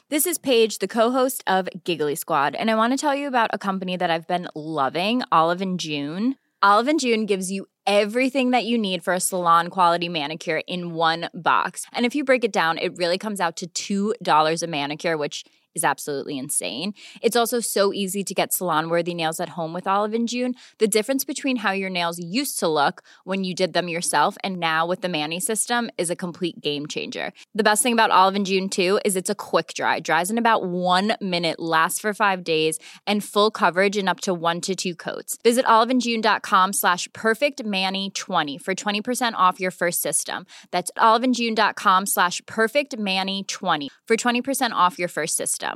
This is Paige, the co-host of Giggly Squad, and I want to tell you about a company that I've been loving, Olive & June. Olive & June gives you everything that you need for a salon-quality manicure in one box. And if you break it down, it really comes out to $2 a manicure, which is absolutely insane. It's also so easy to get salon-worthy nails at home with Olive & June. The difference between how your nails used to look when you did them yourself and now with the Mani system is a complete game changer. The best thing about Olive & June, too, is it's a quick dry. Dries in about 1 minute, lasts for 5 days, and full coverage in up to 1 to 2 coats. Visit oliveandjune.com/perfectmani20 for 20% off your first system. That's oliveandjune.com/perfectmani20 for 20% off your first system.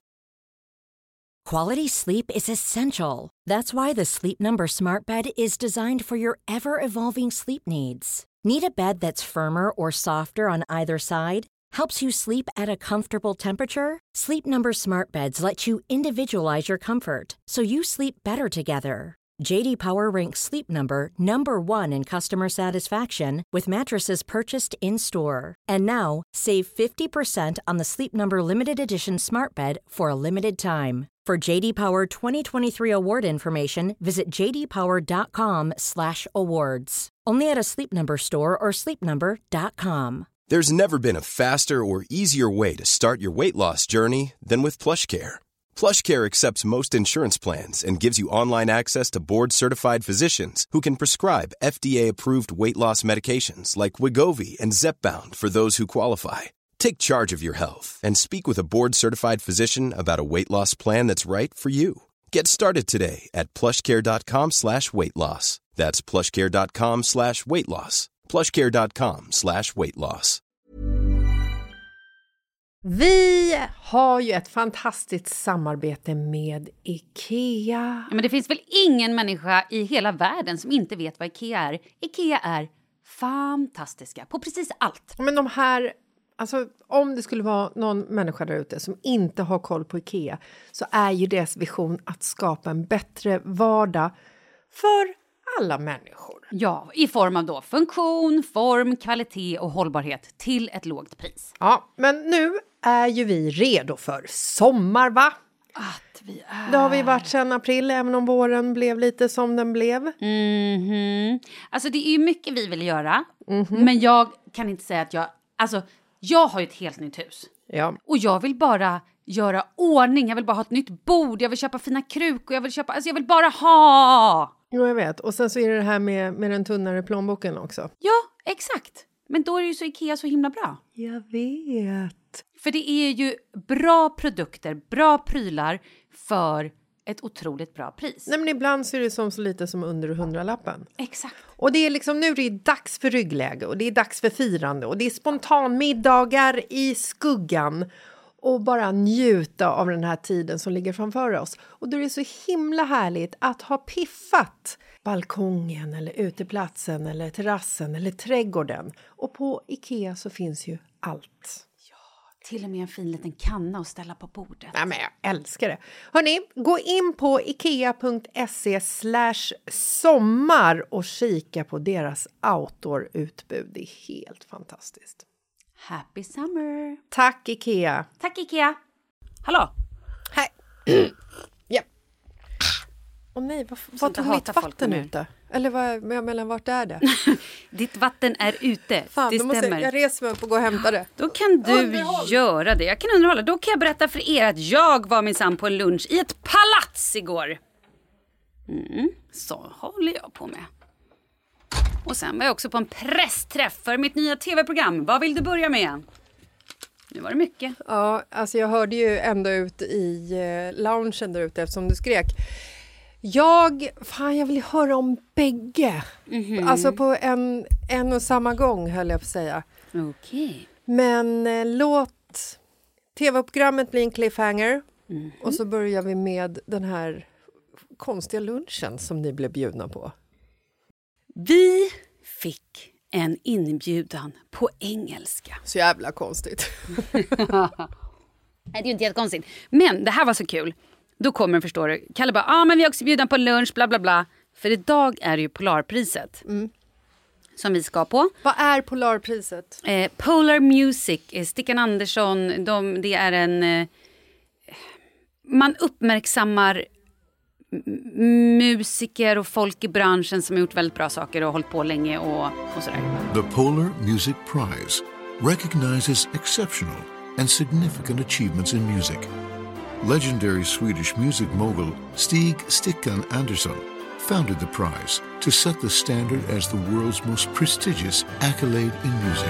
Quality sleep is essential. That's why the Sleep Number Smart Bed is designed for your ever-evolving sleep needs. Need a bed that's firmer or softer on either side? Helps you sleep at a comfortable temperature? Sleep Number Smart Beds let you individualize your comfort, so you sleep better together. J.D. Power ranks Sleep Number #1 in customer satisfaction with mattresses purchased in-store. And now, save 50% on the Sleep Number Limited Edition Smart Bed for a limited time. For J.D. Power 2023 award information, visit jdpower.com/awards. Only at a Sleep Number store or sleepnumber.com. There's never been a faster or easier way to start your weight loss journey than with PlushCare. PlushCare accepts most insurance plans and gives you online access to board-certified physicians who can prescribe FDA-approved weight loss medications like Wegovy and Zepbound for those who qualify. Take charge of your health and speak with a board-certified physician about a weight loss plan that's right for you. Get started today at plushcare.com/weightloss. That's plushcare.com/weightloss. plushcare.com/weightloss. Vi har ju ett fantastiskt samarbete med IKEA. Men det finns väl ingen människa i hela världen som inte vet vad IKEA är. IKEA är fantastiska på precis allt. Men de här, alltså om det skulle vara någon människa där ute som inte har koll på IKEA, så är ju deras vision att skapa en bättre vardag för alla människor. Ja, i form av då funktion, form, kvalitet och hållbarhet till ett lågt pris. Ja, men nu är ju vi redo för sommar, va? Att vi är. Det har vi varit sedan april, även om våren blev lite som den blev. Alltså det är ju mycket vi vill göra. Men jag kan inte säga att jag har ju ett helt nytt hus. Ja. Och jag vill bara göra ordning. Jag vill bara ha ett nytt bord. Jag vill köpa fina krukor. Jag vill bara ha. Jo, jag vet. Och sen så är det här med den tunnare plånboken också. Ja, exakt. Men då är det ju så IKEA så himla bra. Jag vet. För det är ju bra produkter, bra prylar för ett otroligt bra pris. Nej, men ibland så är det så lite som under 100-lappen. Exakt. Och det är liksom, nu är det dags för ryggläge och det är dags för firande och det är spontanmiddagar i skuggan. Och bara njuta av den här tiden som ligger framför oss. Och då är det så himla härligt att ha piffat balkongen eller uteplatsen eller terrassen eller trädgården. Och på IKEA så finns ju allt. Till och med en fin liten kanna att ställa på bordet. Nej, men jag älskar det. Hörrni, gå in på ikea.se/sommar och kika på deras outdoor-utbud. Det är helt fantastiskt. Happy summer! Tack IKEA! Tack IKEA! Hallå! Hej! Ja. Åh nej, vad tog mitt vatten ute? Eller vart är det? Ditt vatten är ute, fan, det stämmer. Jag reser mig upp och gå och hämta det. Då kan du göra det. Jag kan underhålla. Då kan jag berätta för er att jag var minsann på en lunch i ett palats igår. Så håller jag på med. Och sen var jag också på en pressträff för mitt nya tv-program. Vad vill du börja med? Nu var det mycket. Ja, alltså jag hörde ju ända ut i loungen där ute eftersom du skrek. Jag vill höra om bägge. Alltså på en och samma gång höll jag på att säga. Okej. Men låt tv-programmet bli en cliffhanger. Och så börjar vi med den här konstiga lunchen som ni blev bjudna på. Vi fick en inbjudan på engelska. Så jävla konstigt. Nej, det är ju inte jättekonstigt. Men det här var så kul. Då kommer, förstår du, Kalle bara, men vi har också bjudna på lunch, bla bla bla. För idag är det ju Polarpriset. som vi ska på. Vad är Polarpriset? Polar Music, Stickan Andersson, det är en... man uppmärksammar musiker och folk i branschen som har gjort väldigt bra saker och hållit på länge och sådär. The Polar Music Prize recognizes exceptional and significant achievements in music. Legendary Swedish music mogul Stig Stickan Andersson founded the prize to set the standard as the world's most prestigious accolade in music.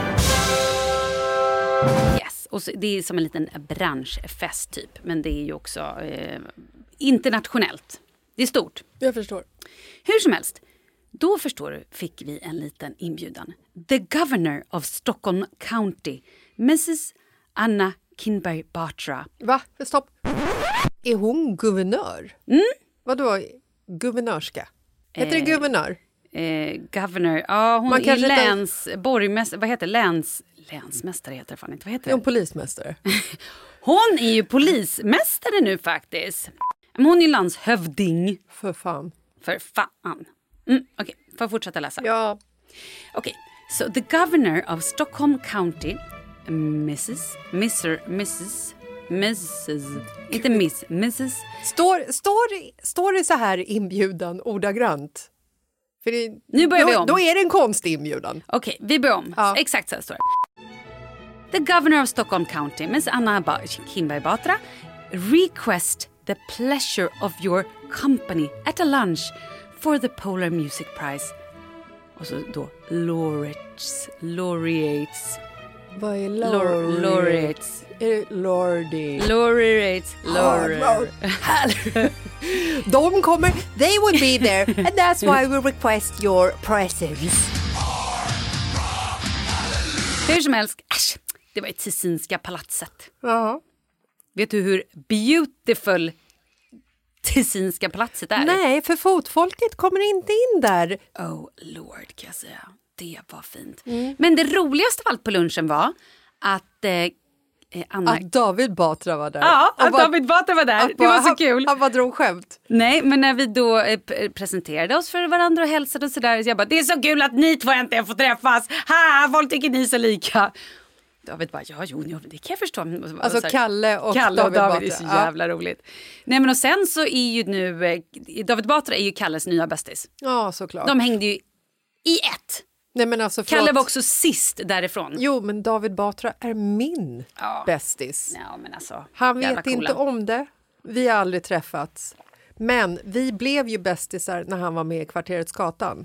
Yes, och så, det är som en liten branschfest typ, men det är ju också internationellt. Det är stort. Jag förstår. Hur som helst, då förstår du fick vi en liten inbjudan. The Governor of Stockholm County, Mrs. Anna Kinberg Batra. Va? Stopp. Är hon guvernör? Vadå guvernörska? Heter det guvernör? Governor, ja hon Man är borgmästare, vad heter länsmästare heter det fan inte, vad heter det? Är hon polismästare? Hon är ju polismästare nu faktiskt. Men hon är ju landshövding. För fan. För fan. Okej, får jag fortsätta läsa? Ja. Okej, so the governor of Stockholm County, Mrs. Inte Miss, Mrs. Står det så här inbjudan ordagrant? För det, Nu börjar vi om. Då är det en konstig inbjudan. Okej, vi börjar om. Ja. Exakt så här står det. The governor of Stockholm County, Miss Anna Kinberg Batra, request the pleasure of your company at a lunch for the Polar Music Prize. Och så då laureates. Vad är Laureates. Är det lordy? Laureates. De kommer, they will be there and that's why we request your presence. Hur som helst, det var i Tessinska palatset. Ja. Vet du hur beautiful Tessinska palatset är? Nej, för fotfolket kommer inte in där. Oh lord, kan jag säga. Det var fint. Men det roligaste av allt på lunchen var att Anna... Att David Batra var där. Ja, att David Batra var där. Det var så kul. Han bara drog skämt. Nej, men när vi då presenterade oss för varandra och hälsade och sådär, så jag bara, det är så kul att ni två äntligen får träffas. Folk tycker ni är så lika. David bara, det kan jag förstå. Alltså Kalle och David Batra. är så jävla roligt. Nej, men och sen så är ju nu, David Batra är ju Kalles nya bästis. Ja, såklart. De hängde ju i ett. Nej, men alltså, Kalle var också sist därifrån. Jo, men David Batra är min bästis. Ja, men alltså, han vet inte om det. Vi har aldrig träffats. Men vi blev ju bästisar när han var med i Kvarteret Skatan.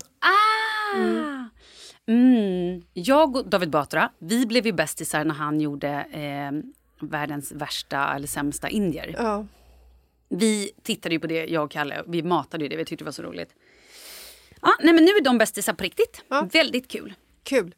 Jag och David Batra, vi blev ju bästisar när han gjorde världens värsta eller sämsta indier. Ja. Vi tittade ju på det, jag och Kalle. Vi matade ju det, vi tyckte det var så roligt. Ja, nej, men nu är de bästisar på riktigt. Ja. Väldigt kul. Kul.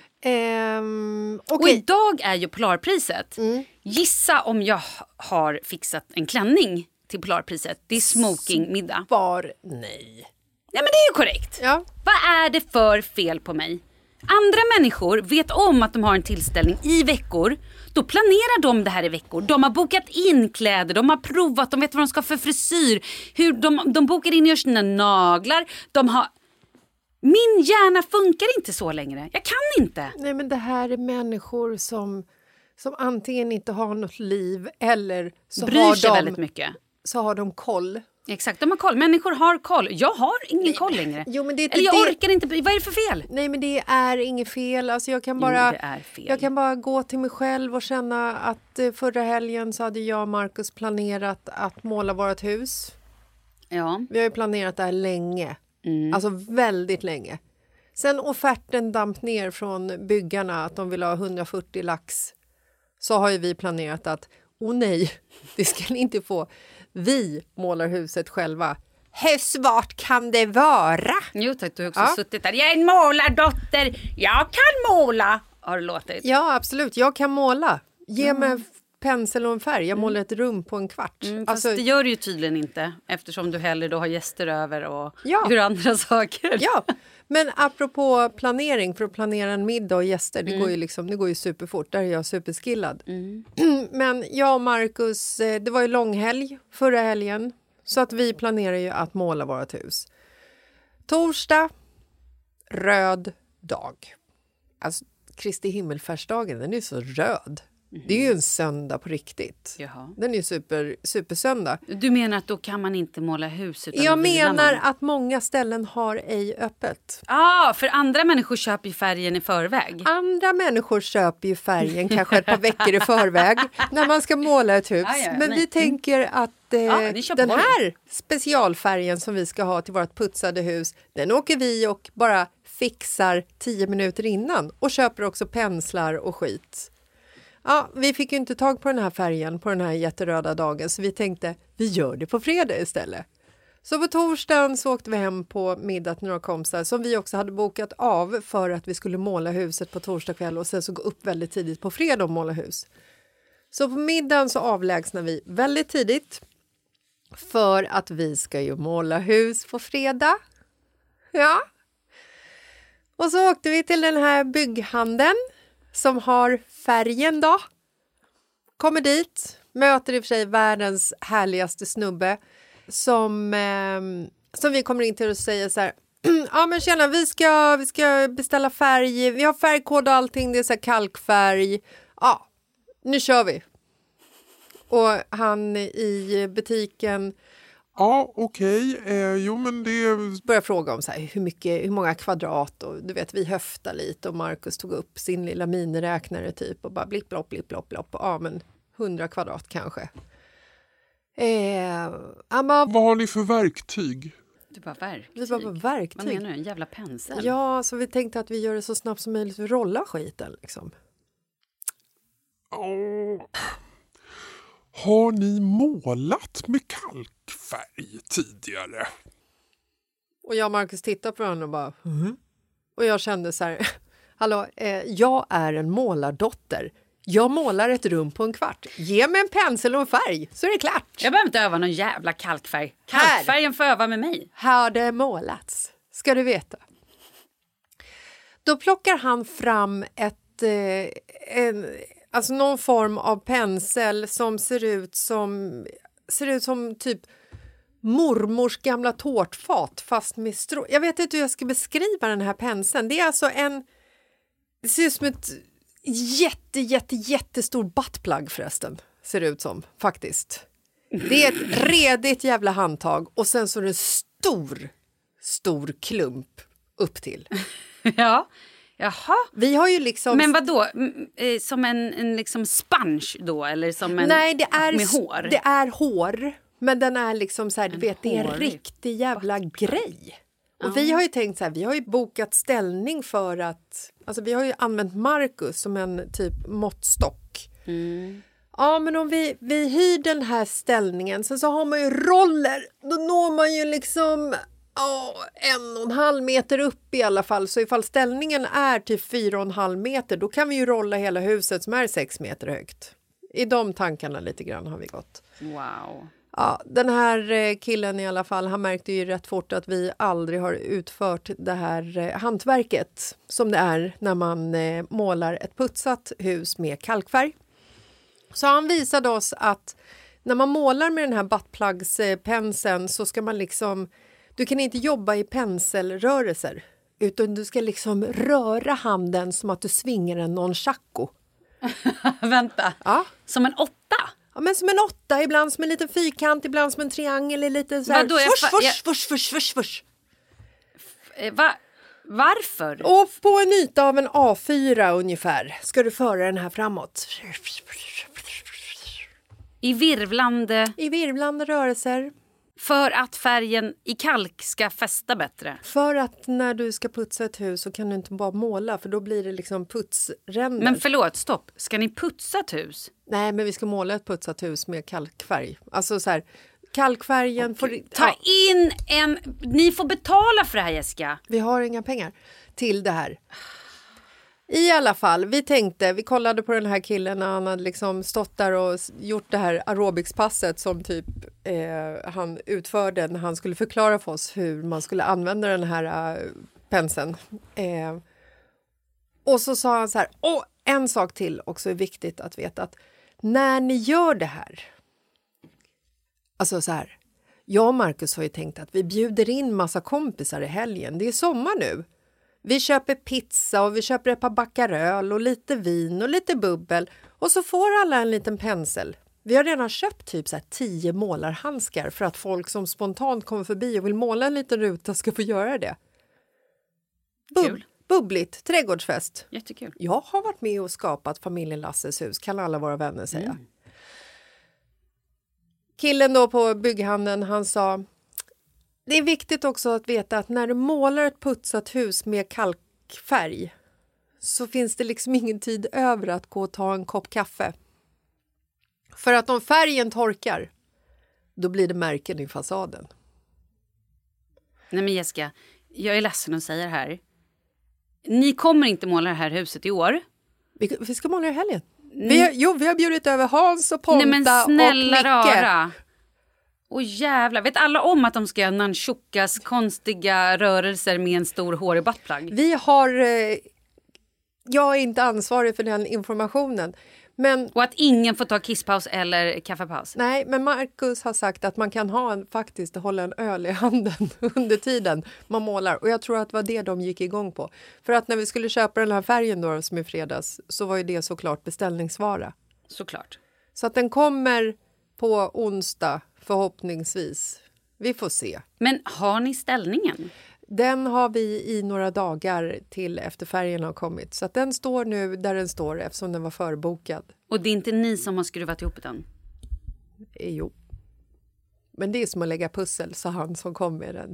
Och idag är ju Polarpriset. Gissa om jag har fixat en klänning till Polarpriset. Det är smokingmiddag. Nej. Nej, men det är ju korrekt. Ja. Vad är det för fel på mig? Andra människor vet om att de har en tillställning i veckor. Då planerar de det här i veckor. De har bokat in kläder, de har provat, de vet vad de ska ha för frisyr. Hur de bokar in och gör sina naglar. Min hjärna funkar inte så längre. Jag kan inte. Nej, men det här är människor som antingen inte har något liv eller så bryr sig väldigt mycket. Så har de koll. Exakt, de har koll. Människor har koll. Jag har ingen koll längre. Jo, men eller jag orkar inte. Vad är det för fel? Nej, men det är inget fel. Alltså jag kan bara, det är fel. Jag kan bara gå till mig själv och känna att förra helgen så hade jag och Marcus planerat att måla vårt hus. Ja. Vi har ju planerat det här länge. Alltså väldigt länge. Sen offerten damp ner från byggarna att de vill ha 140 lax. Så har ju vi planerat att, nej, det ska ni inte få. Vi målar huset själva. Hur svårt kan det vara? Jo tack, du har också suttit där. Jag är en målardotter, jag kan måla. Har du låtit? Ja, absolut. Jag kan måla. Ge mig pensel och en färg. Jag målar ett rum på en kvart. Fast det gör du ju tydligen inte. Eftersom du hellre då har gäster över och gör andra saker. Ja, men apropå planering. För att planera en middag och gäster. Det går ju superfort. Där är jag superskillad. Men jag och Marcus, det var ju långhelg förra helgen. Så att vi planerar ju att måla vårt hus. Torsdag röd dag. Alltså Kristi himmelfärdsdagen, den är så röd. Det är ju en söndag på riktigt. Jaha. Den är ju supersöndag. Du menar att då kan man inte måla hus utan Jag att vila menar man? att många ställen har ej öppet. För andra människor köper ju färgen i förväg. Andra människor köper ju färgen kanske ett par veckor i förväg när man ska måla ett hus. Men vi tänker att den här specialfärgen som vi ska ha till vårt putsade hus, den åker vi och bara fixar 10 minuter innan och köper också penslar och skit. Ja, vi fick ju inte tag på den här färgen på den här jätteröda dagen, så vi tänkte vi gör det på fredag istället. Så på torsdagen så åkte vi hem på middag till några kompisar som vi också hade bokat av för att vi skulle måla huset på torsdag kväll och sen så gå upp väldigt tidigt på fredag och måla hus. Så på middagen så avlägsnar vi väldigt tidigt för att vi ska ju måla hus på fredag. Ja. Och så åkte vi till den här bygghandeln som har färgen då. Kommer dit, möter i och för sig världens härligaste snubbe som vi kommer in till och säger så här: ja men tjena, vi ska beställa färg, vi har färgkod och allting, det är så här kalkfärg. Ja, nu kör vi. Och han i butiken... Ja, okej. Jo, men det... Börjar fråga om så här, hur många kvadrat, och du vet, vi höftar lite och Marcus tog upp sin lilla miniräknare typ och bara blipp, blopp, blipp, blopp, blopp. Ja, men 100 kvadrat kanske. Vad har ni för verktyg? Det var verktyg. Det var verktyg. Vad menar du? En jävla pensel? Ja, så vi tänkte att vi gör det så snabbt som möjligt för att rolla skiten liksom. Har ni målat med kalkfärg tidigare? Och jag och Marcus tittar på varandra och bara... Och jag kände så här... Hallå, jag är en målardotter. Jag målar ett rum på en kvart. Ge mig en pensel och en färg så är det klart. Jag behöver inte öva någon jävla kalkfärg. Kalkfärgen får öva med mig. Har det målats, ska du veta. Då plockar han fram alltså någon form av pensel som ser ut som typ mormors gamla tårtfat fast med strå. Jag vet inte hur jag ska beskriva den här penseln. Det är alltså det ser ut som ett jättestor buttplug förresten. Ser det ut som, faktiskt. Det är ett redigt jävla handtag och sen så är det stor klump upp till. Ja. Jaha. Vi har ju liksom... Men vad då? Som en liksom sponge då? Eller som en... Nej, det är med hår? Det är hår. Men den är liksom så här, du vet, det är en riktig jävla grej. Och vi har ju tänkt så här, vi har ju bokat ställning för att... Alltså vi har ju använt Marcus som en typ måttstock. Ja, men om vi hyr den här ställningen så har man ju roller. Då når man ju liksom... 1,5 meter upp i alla fall. Så ifall ställningen är typ 4,5 meter, då kan vi ju rolla hela huset som är 6 meter högt. I de tankarna lite grann har vi gått. Wow. Ja, den här killen i alla fall, han märkte ju rätt fort att vi aldrig har utfört det här hantverket som det är när man målar ett putsat hus med kalkfärg. Så han visade oss att när man målar med den här buttplugs-penseln så ska man liksom... Du kan inte jobba i penselrörelser utan du ska liksom röra handen som att du svingar en nonchaco. Vänta, ja. Som en 8? Ja, men som en 8, ibland som en liten fyrkant, ibland som en triangel, lite så här. Fush. Varför? Och på en yta av en A4 ungefär ska du föra den här framåt. I virvlande rörelser. För att färgen i kalk ska fästa bättre. För att när du ska putsa ett hus så kan du inte bara måla, för då blir det liksom putsränder. Men förlåt, stopp. Ska ni putsa ett hus? Nej, men vi ska måla ett putsat hus med kalkfärg. Alltså så här, kalkfärgen får... Ta in en... Ni får betala för det här, Jessica. Vi har inga pengar till det här. I alla fall, vi kollade på den här killen när han hade liksom stått där och gjort det här aerobicspasset som typ han utförde när han skulle förklara för oss hur man skulle använda den här penseln. Och så sa han så här, en sak till också är viktigt att veta, att när ni gör det här, alltså så här, jag och Marcus har ju tänkt att vi bjuder in massa kompisar i helgen, det är sommar nu. Vi köper pizza och vi köper ett par backar öl och lite vin och lite bubbel. Och så får alla en liten pensel. Vi har redan köpt typ så här 10 målarhandskar för att folk som spontant kommer förbi och vill måla en liten ruta ska få göra det. Kul. Bubbligt, trädgårdsfest. Jättekul. Jag har varit med och skapat familjen Lasses hus, kan alla våra vänner säga. Killen då på bygghandeln, han sa: det är viktigt också att veta att när du målar ett putsat hus med kalkfärg så finns det liksom ingen tid över att gå och ta en kopp kaffe. För att om färgen torkar, då blir det märken i fasaden. Nej men Jessica, jag är ledsen att säga det här. Ni kommer inte måla det här huset i år. Vi ska måla i helgen. Vi har bjudit över Hans och Ponta. Nej men snälla och Micke. rara. Och jävlar, vet alla om att de ska göra Nunchukas konstiga rörelser med en stor hårig buttplug? Vi har... jag är inte ansvarig för den informationen. Men, och att ingen får ta kisspaus eller kaffepaus? Nej, men Marcus har sagt att man kan hålla en öl i handen under tiden man målar. Och jag tror att det var det de gick igång på. För att när vi skulle köpa den här färgen då, som i fredags, så var ju det såklart beställningsvara. Såklart. Så att den kommer på onsdag förhoppningsvis. Vi får se. Men har ni ställningen? Den har vi i några dagar till efter färgen har kommit. Så att den står nu där den står eftersom den var förbokad. Och det är inte ni som har skruvat ihop den? Jo. Men det är som att lägga pussel, så han som kom med den.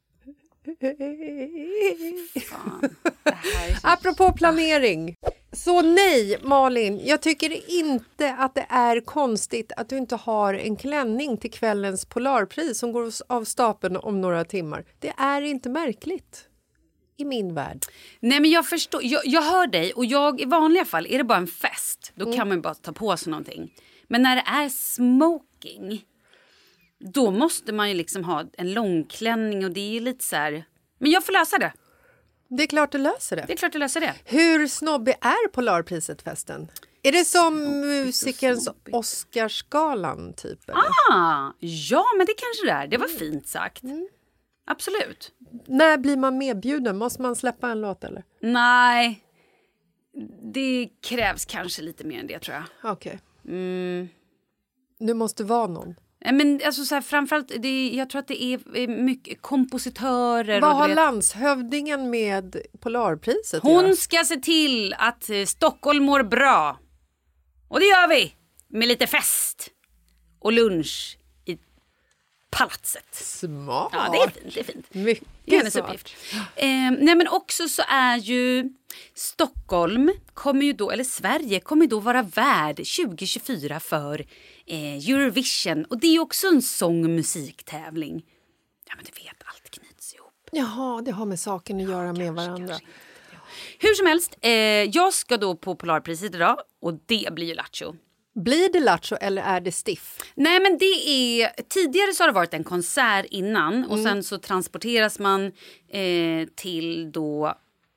Fan, det här är så... Apropå planering. Så nej, Malin, jag tycker inte att det är konstigt att du inte har en klänning till kvällens Polarpris som går av stapeln om några timmar. Det är inte märkligt i min värld. Nej men jag förstår, jag hör dig och i vanliga fall är det bara en fest. Då kan man bara ta på sig någonting. Men när det är smoking, då måste man ju liksom ha en långklänning och det är ju lite så här... Men jag får lösa det. Det är klart du löser det. Det är klart du löser det. Hur snobbig är Polarpriset-festen? Är det som musikerns Oscarsgalan typ? Eller? Ja men det kanske det är. Det var fint sagt. Absolut. När blir man medbjuden? Måste man släppa en låt eller? Nej, det krävs kanske lite mer än det tror jag. Okej. Du måste vara någon. Men alltså så här, framförallt, jag tror att det är mycket kompositörer. Vad och har landshövdingen med Polarpriset? Hon ska se till att Stockholm mår bra. Och det gör vi med lite fest och lunch i palatset. Smart. Ja, det är fint. Det är fint. Mycket det är hennes smart. uppgift. Nej, men också så är ju Stockholm kommer ju då, eller Sverige kommer ju då vara värd 2024 för Eurovision. Och det är ju också en sång- och musiktävling. Ja, men du vet, allt knyts ihop. Jaha, det har med saken att göra med varandra. Hur som helst, jag ska då på Polarpriset idag och det blir ju lattjo. Blir det lattjo eller är det stiff? Nej men det är, tidigare så har det varit en konsert innan och sen så transporteras man till då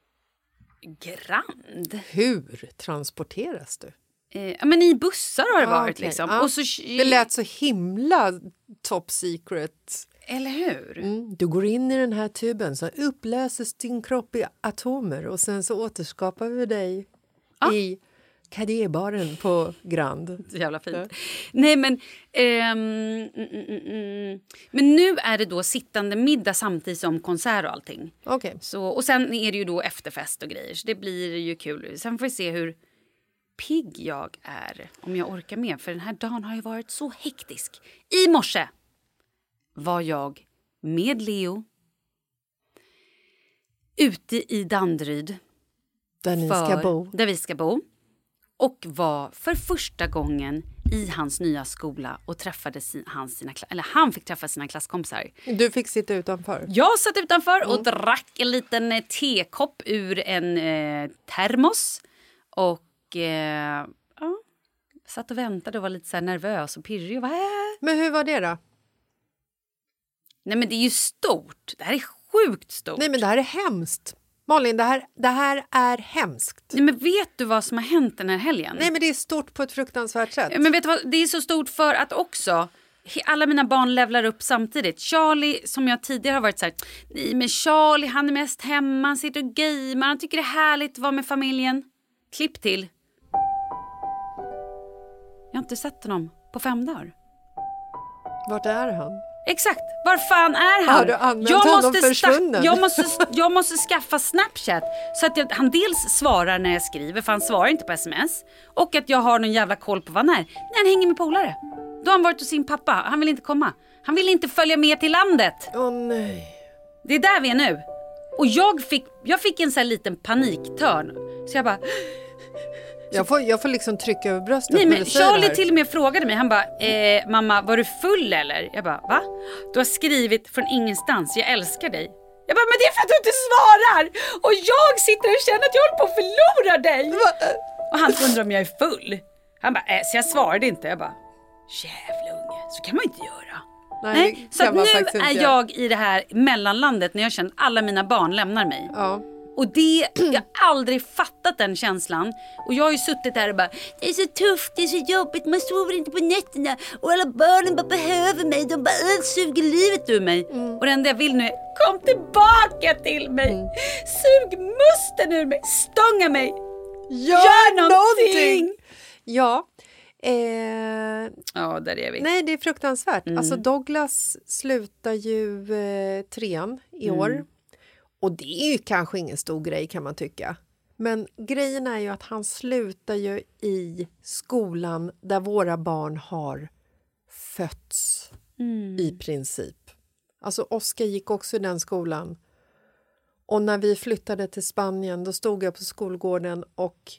Grand. Hur transporteras du? Men i bussar har det varit okej. liksom. Ja. Och så, Det lät så himla top secret. eller hur? Du går in i den här tuben så upplöses din kropp i atomer och sen så återskapar vi dig i Cadébaren på Grand. Så jävla fint. Nej men men nu är det då sittande middag samtidigt som konsert och allting. Okej. Så, och sen är det ju då efterfest och grejer. Så det blir ju kul. Sen får vi se hur pigg jag är. Om jag orkar med. För den här dagen har ju varit så hektisk. I morse var jag med Leo ute i Danderyd. Där ni ska bo. Där vi ska bo. Och var för första gången i hans nya skola och träffade han fick träffa sina klasskompisar. Du fick sitta utanför. Jag satt utanför och drack en liten tekopp ur en termos. Och satt och väntade och var lite så här nervös och pirrig. Och Men hur var det då? Nej men det är ju stort. Det här är sjukt stort. Nej men det här är hemskt. Malin, det här är hemskt. Nej men vet du vad som har hänt den här helgen? Nej men det är stort på ett fruktansvärt sätt. Men vet du vad, det är så stort för att också alla mina barn levlar upp samtidigt. Charlie, som jag tidigare har varit så här, nej men Charlie, han är mest hemma, han sitter och gamer, han tycker det är härligt att vara med familjen. Klipp till. Jag har inte sett honom på 5 dagar. Vart är han? Exakt, var fan är han? Har du använt honom försvunnen? Jag måste skaffa Snapchat så att han dels svarar när jag skriver, för han svarar inte på sms. Och att jag har någon jävla koll på vad han är. När han hänger med polare. Då har han varit hos sin pappa, han vill inte komma. Han vill inte följa med till landet. Åh nej. Det är där vi är nu. Och jag fick en sån här liten paniktörn. Så jag bara... Jag får liksom trycka över bröstet. Nej, men Charlie till och med frågade mig. Han bara, mamma, var du full eller? Jag bara, va? Du har skrivit från ingenstans, jag älskar dig. Jag bara, men det är för att du inte svarar. Och jag sitter och känner att jag håller på att förlora dig. Och han undrar om jag är full. Han bara, så jag svarade inte. Jag bara, jävla unge, så kan man inte göra. Nej, så att nu är jag i det här mellanlandet när jag känner att alla mina barn lämnar mig. Ja. Och jag har aldrig fattat den känslan. Och jag har ju suttit där och bara, det är så tufft, det är så jobbigt, man sover inte på nätterna. Och alla barnen bara behöver mig, de bara suger livet ur mig. Och det enda jag vill nu är, kom tillbaka till mig. Sug musten ur mig, stånga mig. Gör någonting. Ja. Ja, där är vi. Nej, det är fruktansvärt. Alltså Douglas slutar ju 3:an i år. Och det är ju kanske ingen stor grej kan man tycka. Men grejen är ju att han slutar ju i skolan där våra barn har fötts i princip. Alltså Oskar gick också i den skolan. Och när vi flyttade till Spanien då stod jag på skolgården och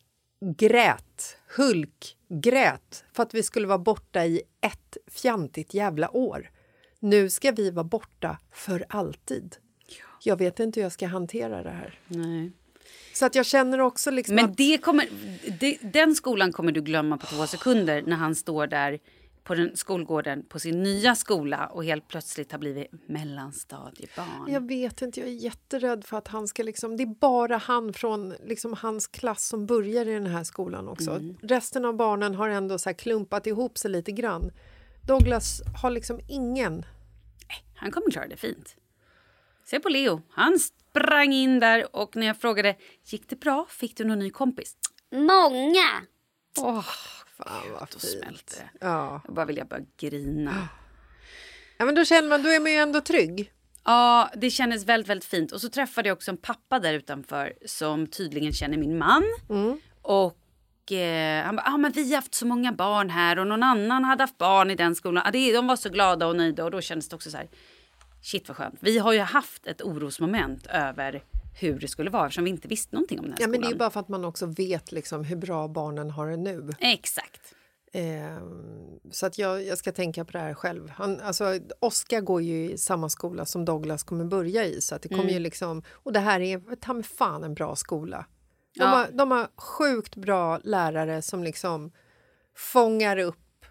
grät för att vi skulle vara borta i ett fjantigt jävla år. Nu ska vi vara borta för alltid. Jag vet inte hur jag ska hantera det här. Nej. Så att jag känner också liksom men att... den skolan kommer du glömma på 2 sekunder när han står där på den skolgården på sin nya skola och helt plötsligt har blivit mellanstadiebarn. Jag vet inte, jag är jätterädd för att han ska liksom... Det är bara han från liksom hans klass som börjar i den här skolan också. Resten av barnen har ändå så här klumpat ihop sig lite grann. Douglas har liksom ingen... Han kommer klara det fint. Se på Leo, han sprang in där och när jag frågade, gick det bra? Fick du någon ny kompis? Många! Fan vad fint. fint. Ja. Jag vill bara grina. Ja, men då känner man, då är man ju ändå trygg. Ja, det kändes väldigt, väldigt fint. Och så träffade jag också en pappa där utanför som tydligen känner min man. Och han bara, men vi har haft så många barn här och någon annan hade haft barn i den skolan. De var så glada och nöjda och då kändes det också så här, shit vad skönt. Vi har ju haft ett orosmoment över hur det skulle vara eftersom vi inte visste någonting om den här skolan. Men det är ju bara för att man också vet liksom hur bra barnen har det nu. Exakt. Så att jag ska tänka på det här själv. Oskar går ju i samma skola som Douglas kommer börja i. Så att det kommer ju liksom... Och det här är ta med fan en bra skola. De har sjukt bra lärare som liksom fångar upp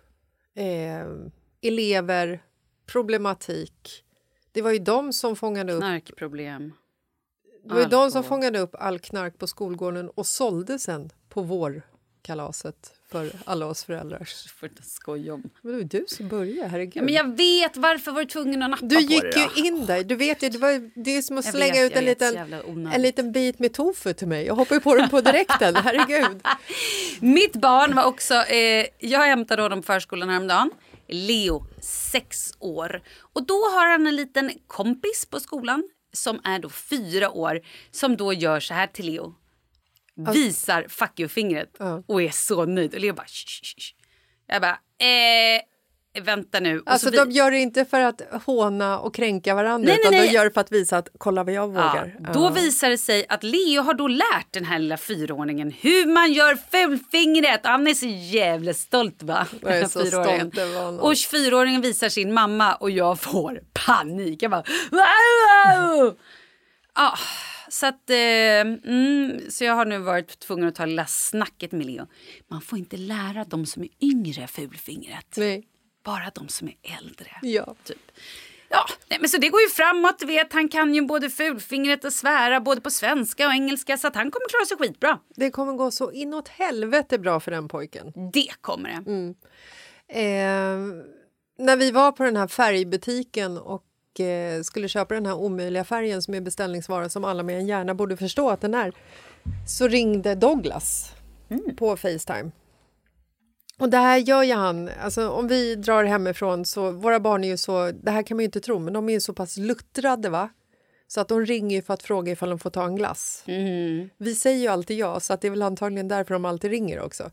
elever, problematik. Det var ju de som fångade upp... Knarkproblem. Det var ju de som fångade upp all knark på skolgården och sålde sen på vårkalaset för alla oss föräldrar. För att skoja om. Men det var du som började, herregud. Ja, men jag vet, varför var du tvungen att nappa du på gick det då? ju in där, du vet ju, det är som att slänga ut en liten bit med tofu till mig. Jag hoppar ju på den på direkten, herregud. Mitt barn var också, jag hämtade honom på förskolan häromdagen. Leo, 6 år. Och då har han en liten kompis på skolan som är då 4 år som då gör så här till Leo. Visar fuck you-fingret och är så nöjd. Och Leo bara, shh. Jag bara, vänta nu. Och alltså de gör det inte för att håna och kränka varandra utan de gör det för att visa att kolla vad jag vågar. Då visar det sig att Leo har då lärt den här lilla 4-åringen hur man gör fulfingret. Han är så jävla stolt, va? Jag är så stolt över honom. Och 4-åringen visar sin mamma och jag får panik. Jag bara, wow! Så att så jag har nu varit tvungen att ta lilla snacket med Leo. Man får inte lära de som är yngre fulfingret. Nej. Bara de som är äldre. Ja. Typ. Ja, men så det går ju framåt, du vet. Han kan ju både fulfingret och svära både på svenska och engelska så att han kommer klara sig skitbra. Det kommer gå så inåt helvete bra för den pojken. Det kommer det. när vi var på den här färgbutiken och skulle köpa den här omöjliga färgen som är beställningsvara som alla med en hjärna borde förstå att den är, så ringde Douglas på FaceTime. Och det här gör ju han, alltså om vi drar hemifrån så, våra barn är ju så, det här kan man ju inte tro, men de är ju så pass luttrade va? Så att de ringer ju för att fråga ifall de får ta en glass. Vi säger ju alltid ja, så att det är väl antagligen därför de alltid ringer också.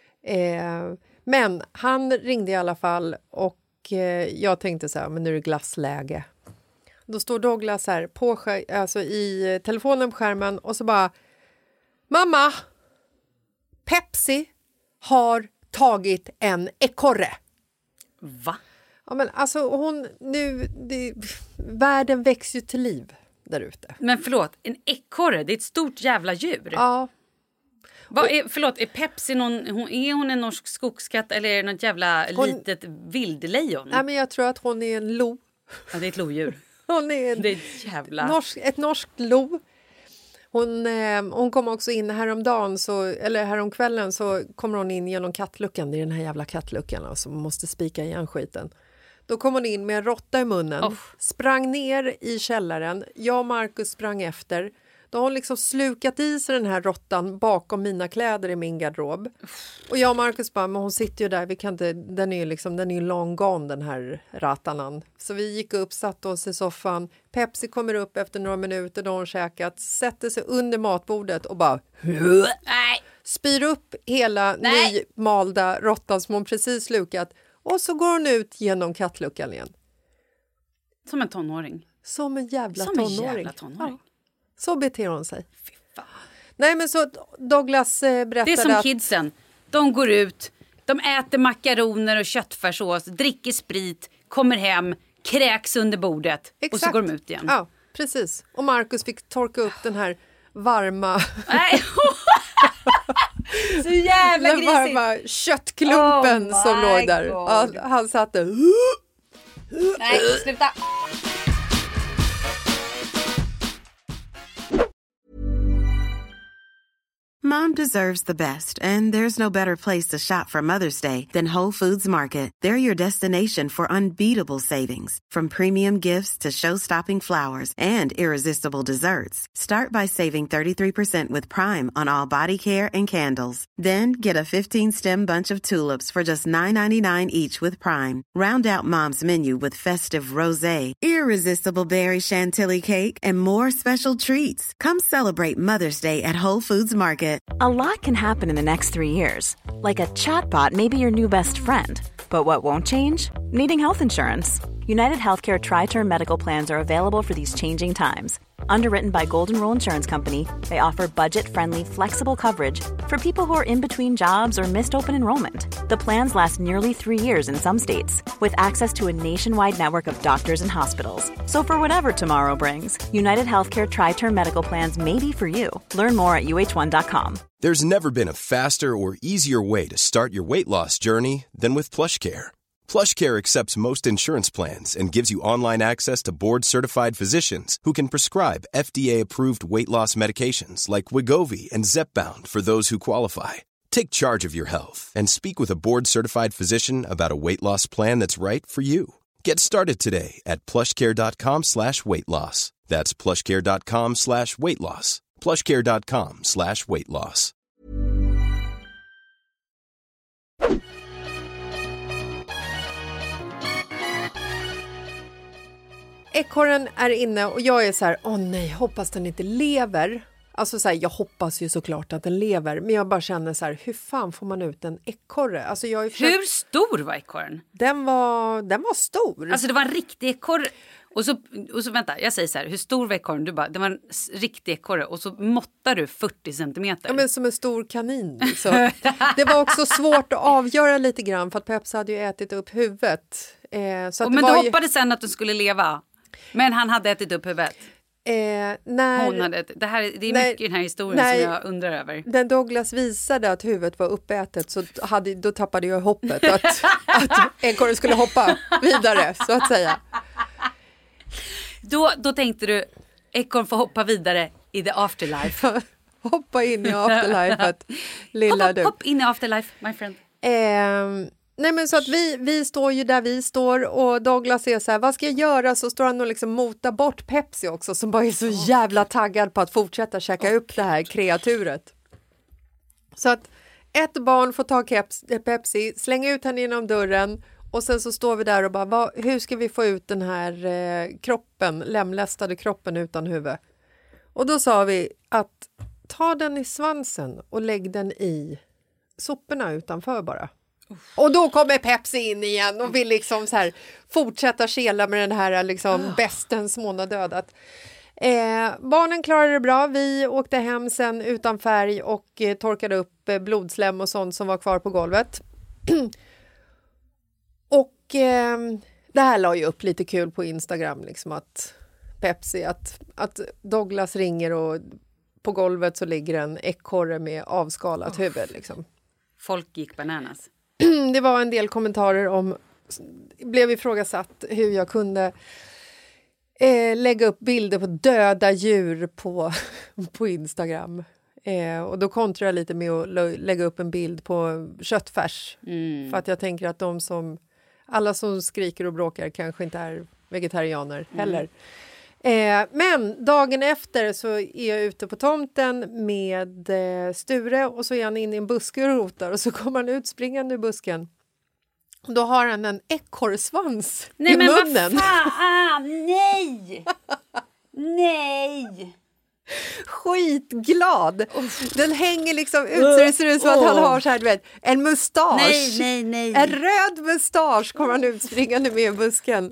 Men han ringde i alla fall och jag tänkte så här, men nu är det glassläge. Då står Douglas här på, alltså i telefonen på skärmen och så bara, mamma, Pepsi har tagit en ekorre. Va? Ja, men alltså världen växer ju till liv där ute. Men förlåt, en ekorre, det är ett stort jävla djur. Ja. Är Pepsi är hon en norsk skogskatt eller är det något jävla litet vildlejon? Nej, men jag tror att hon är en lo. Ja, det är ett lodjur. Det är ett jävla... ett norskt lo. Hon kom också in häromkvällen så kommer hon in genom kattluckan. Det är den här jävla kattluckan alltså, man måste spika igen skiten. Då kom hon in med en råtta i munnen, sprang ner i källaren. Jag och Marcus sprang efter. Då har hon liksom slukat i sig den här råttan bakom mina kläder i min garderob. Och jag och Marcus bara, men hon sitter ju där, vi kan inte, den är ju long gone den här ratanan. Så vi gick upp, satte oss i soffan. Pepsi kommer upp efter några minuter då hon käkat, sätter sig under matbordet och bara spyr upp hela nymalda råttan som hon precis slukat. Och så går hon ut genom kattluckan igen. Som en tonåring. Som en jävla tonåring. Ja. Så beter hon sig. Fy fan. Nej, men så Douglas berättade det är som kidsen. De går ut, de äter makaroner och köttfärssås, dricker sprit, kommer hem, kräks under bordet. Exakt. Och så går de ut igen. Ja, precis. Och Marcus fick torka upp den här varma... Nej. Så jävla grisigt. Den varma köttklumpen som låg där. Han satt där. Nej, sluta. Mom deserves the best, and there's no better place to shop for Mother's Day than Whole Foods Market. They're your destination for unbeatable savings, from premium gifts to show-stopping flowers and irresistible desserts. Start by saving 33% with Prime on all body care and candles. Then get a 15-stem bunch of tulips for just $9.99 each with Prime. Round out Mom's menu with festive rosé, irresistible berry chantilly cake, and more special treats. Come celebrate Mother's Day at Whole Foods Market. A lot can happen in the next 3 years. Like a chatbot may be your new best friend. But what won't change? Needing health insurance. United Healthcare Tri-Term Medical Plans are available for these changing times. Underwritten by Golden Rule Insurance Company, they offer budget-friendly, flexible coverage for people who are in between jobs or missed open enrollment. The plans last nearly 3 years in some states, with access to a nationwide network of doctors and hospitals. So for whatever tomorrow brings, United Healthcare Tri-Term Medical Plans may be for you. Learn more at uh1.com. There's never been a faster or easier way to start your weight loss journey than with PlushCare. PlushCare accepts most insurance plans and gives you online access to board-certified physicians who can prescribe FDA-approved weight loss medications like Wegovy and Zepbound for those who qualify. Take charge of your health and speak with a board-certified physician about a weight loss plan that's right for you. Get started today at plushcare.com/weightloss. That's plushcare.com/weightloss. plushcare.com/weightloss. Ekorren är inne och jag är så här, åh nej, hoppas den inte lever. Alltså så här, jag hoppas ju såklart att den lever, men jag bara känner så här, hur fan får man ut en ekorre? Alltså jag Hur stor var ekorren? Den var stor. Alltså det var en riktig ekorre. Och så vänta, jag säger så här, hur stor var ekorren? Du bara, det var en riktig ekorre och så måttar du 40 centimeter. Ja, men som en stor kanin. Så. Det var också svårt att avgöra lite grann för att Pepsi hade ju ätit upp huvudet. Så att men det var du hoppades sen att du skulle leva. Men han hade ätit upp huvudet. Hon hade det är mycket i den här historien som jag undrar över. När Douglas visade att huvudet var uppätet så då tappade jag hoppet att ekorren skulle hoppa vidare, så att säga. Då tänkte du, ekorren får hoppa vidare i the afterlife. Hoppa in i afterlife, lilla du. Hopp in i afterlife, my friend. Nej, men så att vi står ju där vi står och Douglas är så här, vad ska jag göra? Så står han och liksom motar bort Pepsi också som bara är så jävla taggad på att fortsätta käka upp det här kreaturet. Så att ett barn får ta Pepsi, slänga ut henne genom dörren och sen så står vi där och bara, hur ska vi få ut den här kroppen, lemlästade kroppen utan huvud? Och då sa vi att ta den i svansen och lägg den i soporna utanför bara. Och då kommer Pepsi in igen och vill liksom så här fortsätta kela med den här liksom besten som hon har dödat. Barnen klarade det bra. Vi åkte hem sen utan färg och torkade upp blodslem och sånt som var kvar på golvet. Och det här la ju upp lite kul på Instagram liksom att Pepsi, att Douglas ringer och på golvet så ligger en ekorre med avskalat huvud liksom. Folk gick bananas. Det var en del kommentarer om, blev ifrågasatt hur jag kunde lägga upp bilder på döda djur på Instagram. Och då kontrade jag lite med att lägga upp en bild på köttfärs. För att jag tänker att alla som skriker och bråkar kanske inte är vegetarianer heller. Men dagen efter så är jag ute på tomten med Sture och så är han inne i en buske och rotar och så kommer han ut springande ur busken. Då har han en ekorrsvans i munnen. Nej men vad fan, nej! Nej! Skitglad. Den hänger liksom ut så det ser ut som att han har så här, du vet, en mustasch. Nej. En röd mustasch kommer han ut springande med i busken.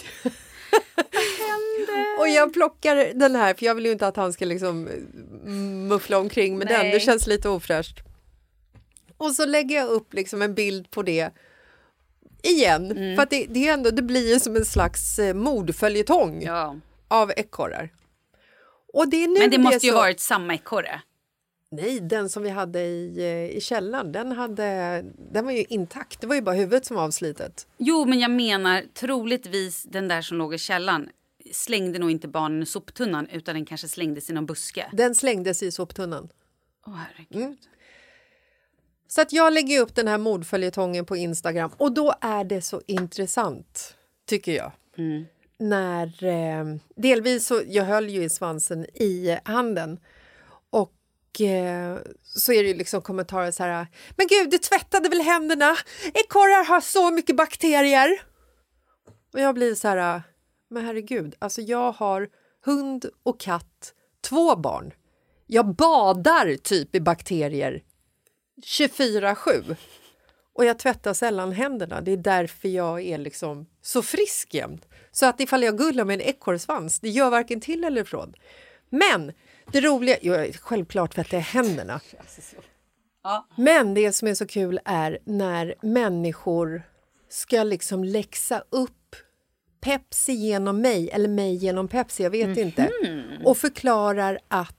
Och jag plockar den här för jag vill ju inte att han ska liksom muffla omkring med den. Det känns lite ofräscht. Och så lägger jag upp liksom en bild på det igen. För att det är ändå, det blir som en slags mordföljetong av ekorrar. Och det är nu. Men det måste ju varit samma ekorre. Nej, den som vi hade i källaren, den var ju intakt. Det var ju bara huvudet som var avslitet. Jo, men jag menar troligtvis den där som låg i källaren slängde nog inte barnen i soptunnan utan den kanske slängdes i någon buske. Den slängdes i soptunnan. Herregud. Så att jag lägger upp den här mordföljetongen på Instagram och då är det så intressant, tycker jag. När delvis så, jag höll ju i svansen i handen och så är det liksom kommentarer så här, men gud, du tvättade väl händerna? Ekorrar har så mycket bakterier. Och jag blir så här, men herregud, alltså jag har hund och katt, 2 barn. Jag badar typ i bakterier 24/7. Och jag tvättar sällan händerna. Det är därför jag är liksom så frisk jämt. Så att ifall jag gullar med en ekorrsvans, det gör varken till eller från. Men det roliga, självklart tvättar jag händerna. Men det som är så kul är när människor ska liksom läxa upp Pepsi genom mig eller mig genom Pepsi, jag vet inte. Och förklarar att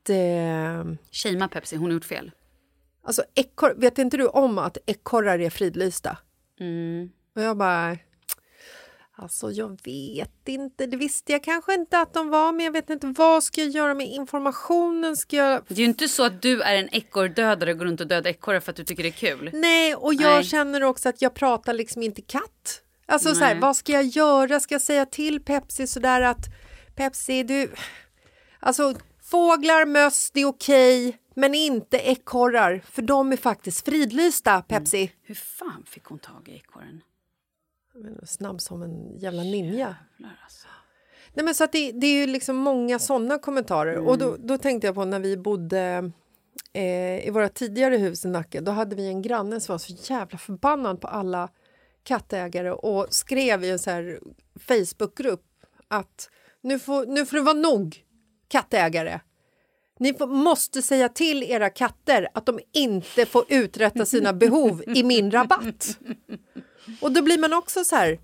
Shama Pepsi, hon har gjort fel. Alltså vet inte du om att ekorrar är fridlysta? Och jag bara, alltså jag vet inte, det visste jag kanske inte att de var, men jag vet inte vad ska jag göra med informationen. Det är ju inte så att du är en ekordödare och går runt och dödar ekorrar för att du tycker det är kul. Nej, och jag känner också att jag pratar liksom inte katt. Alltså så här, vad ska jag göra? Ska jag säga till Pepsi sådär att Pepsi, du, alltså fåglar, möss, det är okej. Men inte ekorrar, för de är faktiskt fridlysta, Pepsi. Hur fan fick hon tag i ekorren? Snabb som en jävla ninja. Alltså. Nej, men så att det är ju liksom många sådana kommentarer. Och då tänkte jag på när vi bodde i våra tidigare hus i Nacka. Då hade vi en granne som var så jävla förbannad på alla kattägare. Och skrev i en så här Facebookgrupp att nu får det vara nog kattägare. Ni måste säga till era katter att de inte får uträtta sina behov i min rabatt. Och då blir man också så här,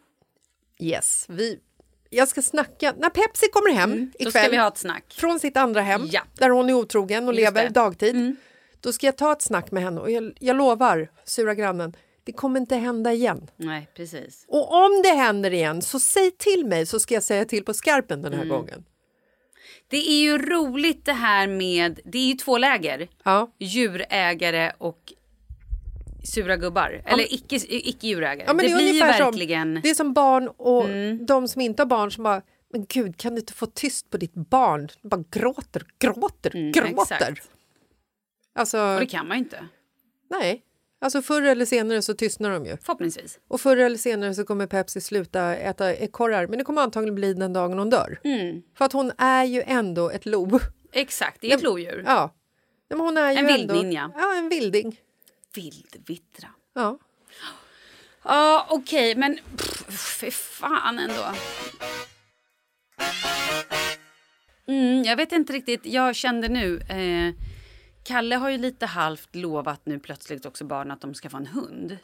yes, jag ska snacka. När Pepsi kommer hem ikväll, då ska vi ha ett snack. Från sitt andra hem, där hon är otrogen och lever dagtid. Då ska jag ta ett snack med henne och jag lovar, sura grannen, det kommer inte hända igen. Nej, precis. Och om det händer igen så säg till mig så ska jag säga till på skarpen den här gången. Det är ju roligt det här med, det är ju 2 läger. Ja. Djurägare och sura gubbar. Eller icke djurägare. Ja, men det blir ju verkligen... Det är som barn och de som inte har barn som bara, men gud, kan du inte få tyst på ditt barn? Du bara gråter. Exakt. Alltså, och det kan man ju inte. Nej. Alltså förr eller senare så tystnar de ju. Förhoppningsvis. Och förr eller senare så kommer Pepsi sluta äta ekorrar. Men det kommer antagligen bli den dagen hon dör. För att hon är ju ändå ett lo. Exakt, det är ett lodjur. Ja. Men hon är ju en vilding, ja, en vilding. Vildvittra. Ja. Ja, okej, men för fan ändå. Jag vet inte riktigt, jag kände nu... Kalle har ju lite halvt lovat nu plötsligt också barn att de ska få en hund.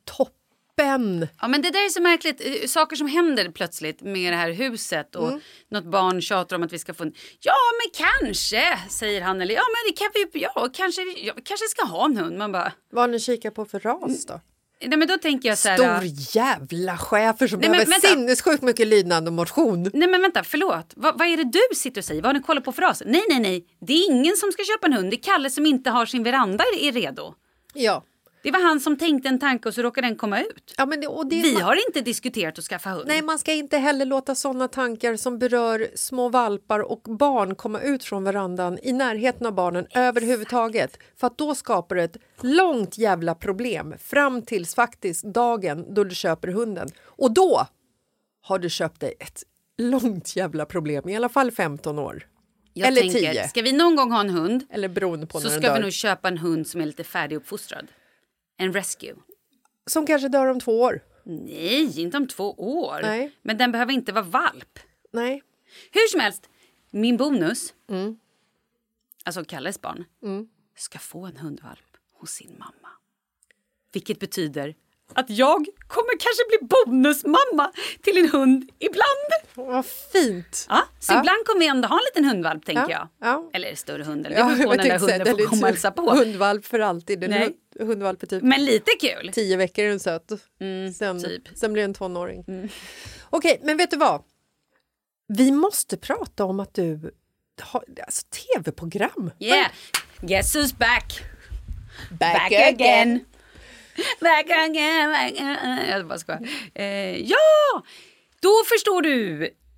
Toppen! Ja, men det där är så märkligt. Saker som händer plötsligt med det här huset och något barn tjatar om att vi ska få en... Ja, men kanske, säger han. Eller ja, men det kan vi... Ja, kanske ska ha en hund. Man bara... Vad ni kikar på för ras då? Nej, men då tänker jag så här... Stor jävla chefer som behöver sinnessjukt mycket lydnad och motion. Nej, men vänta, förlåt. Vad är det du sitter och säger? Vad har ni kollat på för ras? Nej. Det är ingen som ska köpa en hund. Det är Kalle som inte har sin veranda är redo. Ja. Det var han som tänkte en tanke och så råkade den komma ut. Ja, men vi har inte diskuterat att skaffa hund. Nej, man ska inte heller låta sådana tankar som berör små valpar och barn komma ut från verandan i närheten av barnen överhuvudtaget. För att då skapar det ett långt jävla problem fram tills faktiskt dagen då du köper hunden. Och då har du köpt dig ett långt jävla problem, i alla fall 15 år. Jag eller tänker, 10. Ska vi någon gång ha en hund eller beroende på så när ska vi nog köpa en hund som är lite färdiguppfostrad. En rescue. Som kanske dör om 2 år. Nej, inte om 2 år. Nej. Men den behöver inte vara valp. Nej. Hur som helst, min bonus, alltså Kalles barn, ska få en hundvalp hos sin mamma. Vilket betyder att jag kommer kanske bli bonusmamma till en hund ibland. Vad fint. Ja, så ibland kommer vi ändå ha en liten hundvalp, tänker jag. Ja. Eller större hund. Eller det beror på när den där hunden får komma och hälsa på. Hundvalp för alltid. Hundvalp för typ. Men lite kul. 10 veckor är den söt. Sen blir det en tonåring. Okej, men vet du vad? Vi måste prata om att du har alltså, tv-program. Yeah, guess who's back? Back again. Back again. Jag bara skojar. Ja, då förstår du.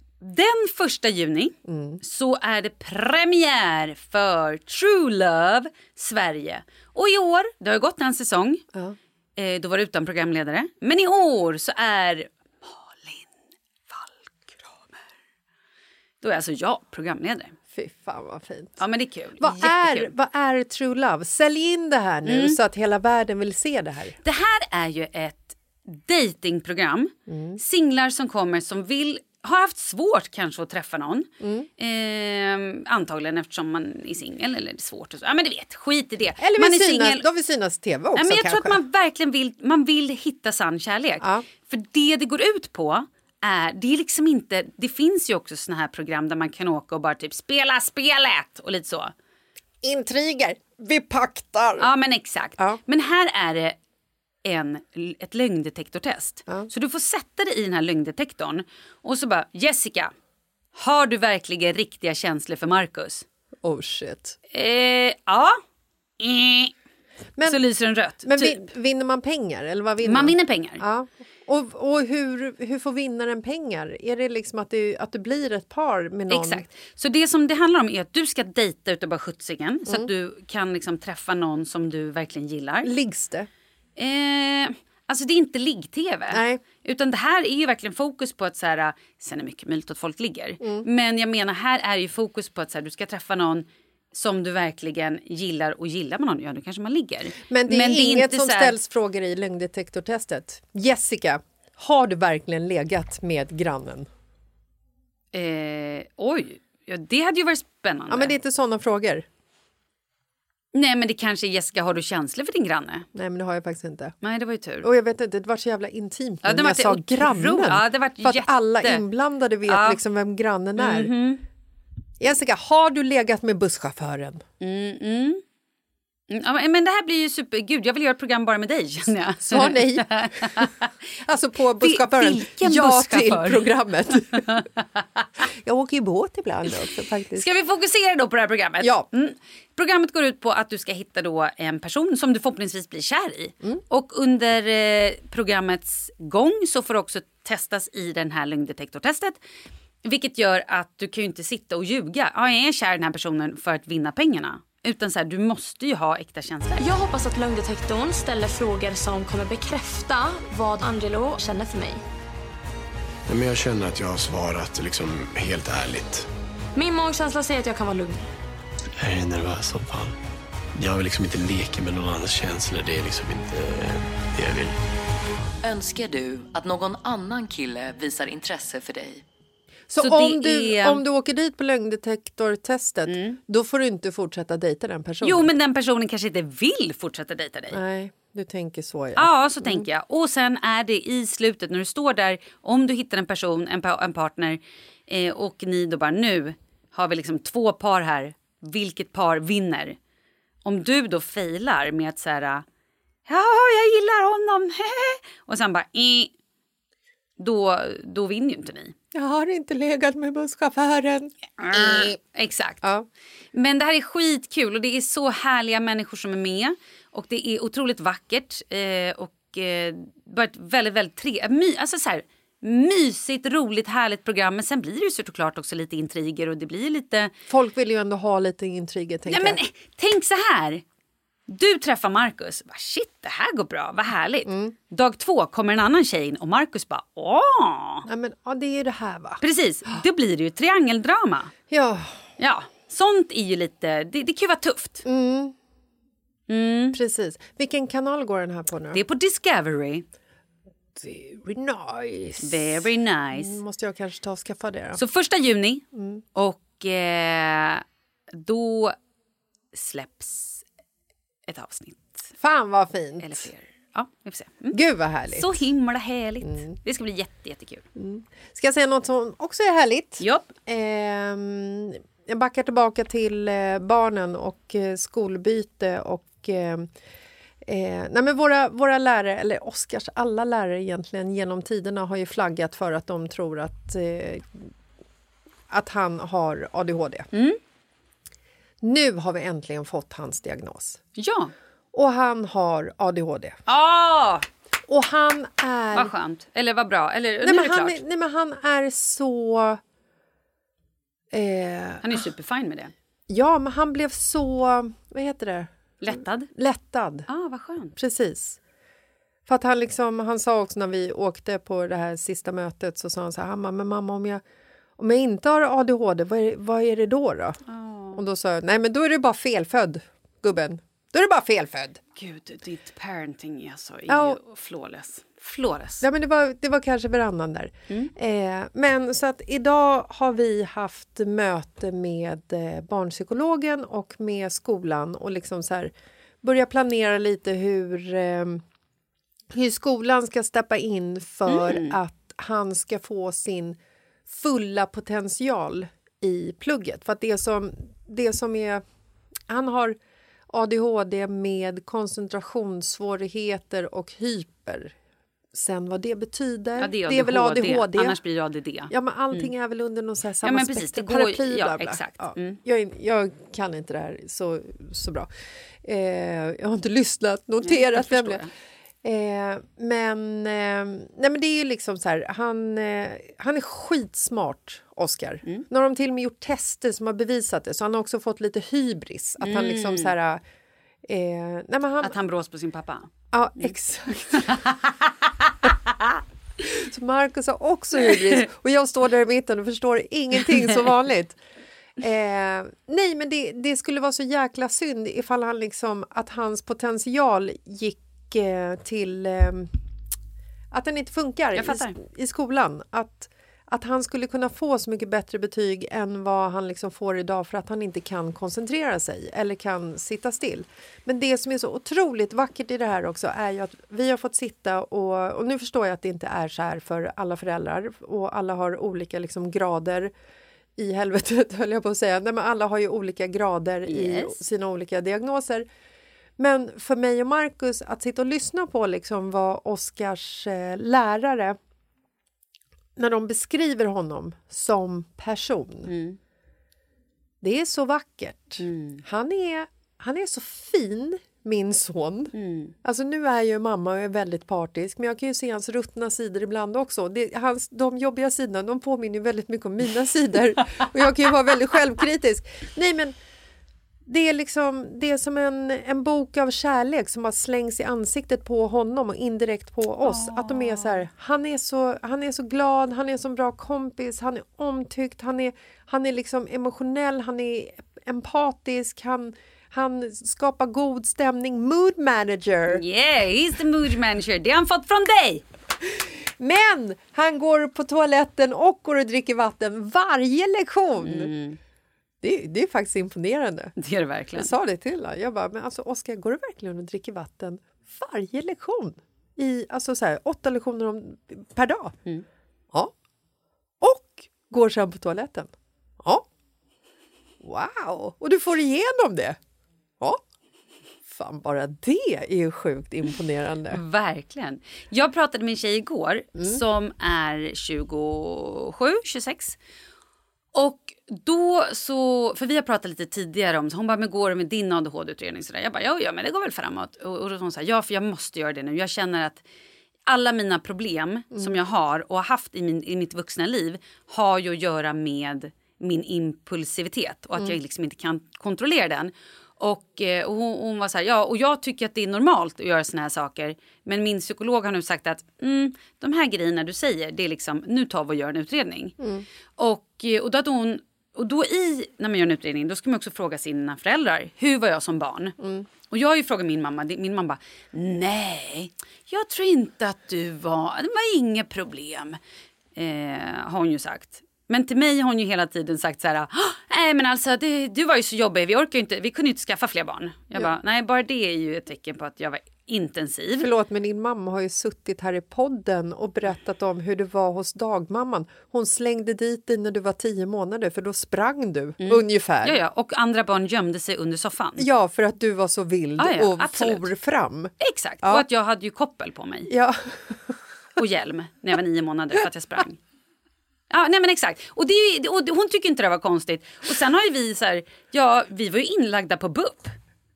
Den 1 juni så är det premiär för True Love Sverige. Och i år, det har gått en säsong. Då var det utan programledare. Men i år så är Malin Wallkramer. Då är alltså jag programledare. Fy fan vad fint. Ja, men det är kul. Vad är True Love? Sälj in det här nu så att hela världen vill se det här. Det här är ju ett datingprogram. Singlar som kommer som har haft svårt kanske att träffa någon. Antagligen eftersom man är singel eller det är svårt. Och så. Ja, men du vet, skit i det. Eller man är singel. De vill synas tv också. Ja, men jag kanske. tror att man verkligen vill hitta sann kärlek. Ja. För det går ut på det är liksom inte, det finns ju också såna här program där man kan åka och bara typ spela spelet och lite så. Intriger, vi paktar. Ja, men exakt. Ja. Men här är det ett lögndetektortest. Ja. Så du får sätta dig i den här lögndetektorn och så bara, Jessica, har du verkligen riktiga känslor för Marcus? Oh shit. Ja. Men, så lyser den rött. Men typ. vinner man pengar? Eller vad vinner man vinner pengar. Ja. Och hur får vinnaren pengar? Är det liksom att det blir ett par med någon? Exakt. Så det som det handlar om är att du ska dejta utav bara skjutsingen så att du kan liksom träffa någon som du verkligen gillar. Liggs det? Alltså det är inte ligg-tv. Nej. Utan det här är ju verkligen fokus på att så här, sen är det mycket möjligt att folk ligger. Men jag menar, här är ju fokus på att så här, du ska träffa någon som du verkligen gillar, och gillar man någon, ja då kanske man ligger. Men det är inget inte som så här... ställs frågor i lögndetektortestet. Jessica, har du verkligen legat med grannen? Oj, ja, det hade ju varit spännande. Ja, men det är inte sådana frågor. Nej, men det kanske är Jessica, har du känslor för din granne? Nej, men det har jag faktiskt inte. Nej, det var ju tur. Och jag vet inte, det var så jävla intimt när jag sa grannen. Ja, det var för att alla inblandade vet liksom vem grannen är. Jessica, har du legat med busschauffören? Men det här blir ju super... Gud, jag vill göra ett program bara med dig, känner jag. Svar nej. Alltså på busschauffören. Vilken ja busschaufför? Till programmet. Jag åker ju båt ibland också faktiskt. Ska vi fokusera då på det här programmet? Ja. Programmet går ut på att du ska hitta då en person som du förhoppningsvis blir kär i. Och under programmets gång så får du också testas i den här lögndetektortestet. Vilket gör att du kan ju inte sitta och ljuga. Ja, jag är kär i den här personen för att vinna pengarna. Utan så här, du måste ju ha äkta känslor. Jag hoppas att lögndetektorn ställer frågor som kommer bekräfta vad Angelo känner för mig. Men jag känner att jag har svarat liksom helt ärligt. Min magkänsla säger att jag kan vara lugn. Jag är nervös som fan. Jag vill liksom inte leka med någon annans känslor. Det är liksom inte det jag vill. Önskar du att någon annan kille visar intresse för dig? Så om du åker dit på lögndetektortestet, då får du inte fortsätta dejta den personen. Jo, men den personen kanske inte vill fortsätta dejta dig. Nej, du tänker så. Ja, så tänker jag. Och sen är det i slutet när du står där, om du hittar en person, en partner och ni då bara, nu har vi liksom 2 par här. Vilket par vinner? Om du då failar med att säga, ja, jag gillar honom. Och sen bara, då vinner ju inte ni. Jag har inte legat med busschauffören. Exakt. Ja. Men det här är skitkul och det är så härliga människor som är med. Och det är otroligt vackert. Bara ett väldigt, väldigt trevligt. Alltså så här, mysigt, roligt, härligt program. Men sen blir det ju såklart också lite intriger och det blir lite... Folk vill ju ändå ha lite intriger, tänker jag. Men tänk så här. Du träffar Marcus. Shit, det här går bra. Vad härligt. Dag 2 kommer en annan tjej in och Marcus bara, Ja, det är ju det här, va? Precis. Då blir det ju triangeldrama. Ja. Ja, sånt är ju lite... Det kan ju vara tufft. Precis. Vilken kanal går den här på nu? Det är på Discovery. Very nice. Very nice. Måste jag kanske ta och skaffa det då? Så 1 juni. Och då släpps ett avsnitt. Fan vad fint. Eller fler. Ja, vi får se. Gud vad härligt. Så himla härligt. Det ska bli jättekul. Ska jag säga något som också är härligt? Ja. Jag backar tillbaka till barnen och skolbyte och nej men våra lärare, eller Oskars alla lärare egentligen genom tiderna har ju flaggat för att de tror att han har ADHD. Nu har vi äntligen fått hans diagnos. Ja. Och han har ADHD. Och han är... Vad skönt. Eller vad bra. Eller, nej, men han är så... han är superfin med det. Ja, men han blev så... Vad heter det? Lättad. Vad skönt. Precis. För att han sa också när vi åkte på det här sista mötet, så sa han så här, men mamma, om jag inte har ADHD, vad är det då? Och då sa jag, nej men då är det bara felfödd, gubben. Då är det bara felfödd. Gud, ditt parenting är så flawless. Ja, men det var kanske verandan där. Men så att idag har vi haft möte med barnpsykologen och med skolan och liksom så här börja planera lite hur skolan ska steppa in för att han ska få sin fulla potential i plugget. För att det som är, han har ADHD med koncentrationssvårigheter och hyper. Sen vad det betyder, ja, det är väl ADHD. Annars blir det ADD. Ja, men allting är väl under någon så här samma precis, paraply. Ja, exakt. Ja. Jag kan inte det här så bra. Jag har inte lyssnat, noterat nämligen. Men det är ju liksom så här, han är skitsmart, Oscar. Nu har de till och med gjort tester som har bevisat det, så han har också fått lite hybris. Att han liksom så här... att han brås på sin pappa. Ja, exakt. Så Marcus har också hybris. Och jag står där i mitten och förstår ingenting som vanligt. Nej, men det skulle vara så jäkla synd ifall han liksom, att hans potential gick till att den inte funkar i skolan. Att han skulle kunna få så mycket bättre betyg än vad han liksom får idag för att han inte kan koncentrera sig eller kan sitta still. Men det som är så otroligt vackert i det här också är ju att vi har fått sitta och nu förstår jag att det inte är så här för alla föräldrar och alla har olika liksom grader i helvetet, höll jag på att säga. Nej, men alla har ju olika grader i sina olika diagnoser. Men för mig och Marcus att sitta och lyssna på liksom vad Oscars lärare, när de beskriver honom som person. Det är så vackert. Han är så fin, min son. Alltså nu är ju mamma och är väldigt partisk, men jag kan ju se hans ruttna sidor ibland också. De jobbiga sidorna, de påminner väldigt mycket om mina sidor. Och jag kan ju vara väldigt självkritisk. Nej, men det är som en bok av kärlek som har slängs i ansiktet på honom och indirekt på oss. Att de är så här, han är så glad, han är så bra kompis, han är omtyckt, han är liksom emotionell, han är empatisk, han skapar god stämning, mood manager. Yeah, he's the mood manager. Det har han fått från dig. Men han går på toaletten och går och dricker vatten varje lektion. Det är faktiskt imponerande. Det är det verkligen. Jag sa det till honom. Jag bara, men alltså Oskar, går du verkligen och dricker vatten varje lektion? Alltså så här, 8 lektioner per dag? Ja. Och går sen på toaletten? Ja. Wow! Och du får igenom det? Ja. Fan, bara det är ju sjukt imponerande. Verkligen. Jag pratade med en tjej igår som är 26. Och då så, för vi har pratat lite tidigare om, så hon bara, men går det med din ADHD-utredning? Så där. Jag bara, ja, men det går väl framåt. Och då hon sa, ja, för jag måste göra det nu. Jag känner att alla mina problem som jag har och har haft i mitt vuxna liv har ju att göra med min impulsivitet. Och att jag liksom inte kan kontrollera den. Och hon var så här, ja, och jag tycker att det är normalt att göra såna här saker. Men min psykolog har nu sagt att de här grejerna du säger, det är liksom, nu tar vi och gör en utredning. Och då hade hon, och då när man gör en utredning, då ska man också fråga sina föräldrar, hur var jag som barn? Och jag har ju frågat min mamma bara, nej, jag tror inte att det var inget problem, har hon ju sagt. Men till mig har hon ju hela tiden sagt så här, nej men alltså du var ju så jobbig, vi kunde ju inte skaffa fler barn. Jag bara, nej, bara det är ju ett tecken på att jag var intensiv. Förlåt, men din mamma har ju suttit här i podden och berättat om hur det var hos dagmamman. Hon slängde dit dig när du var 10 månader, för då sprang du ungefär. Ja, och andra barn gömde sig under soffan. Ja, för att du var så vild och for fram. Exakt, och att jag hade ju koppel på mig. Ja. Och hjälm när jag var 9 månader för att jag sprang. Ja, nej men exakt. Och hon tycker inte det var konstigt. Och sen har ju vi så här, vi var ju inlagda på BUP.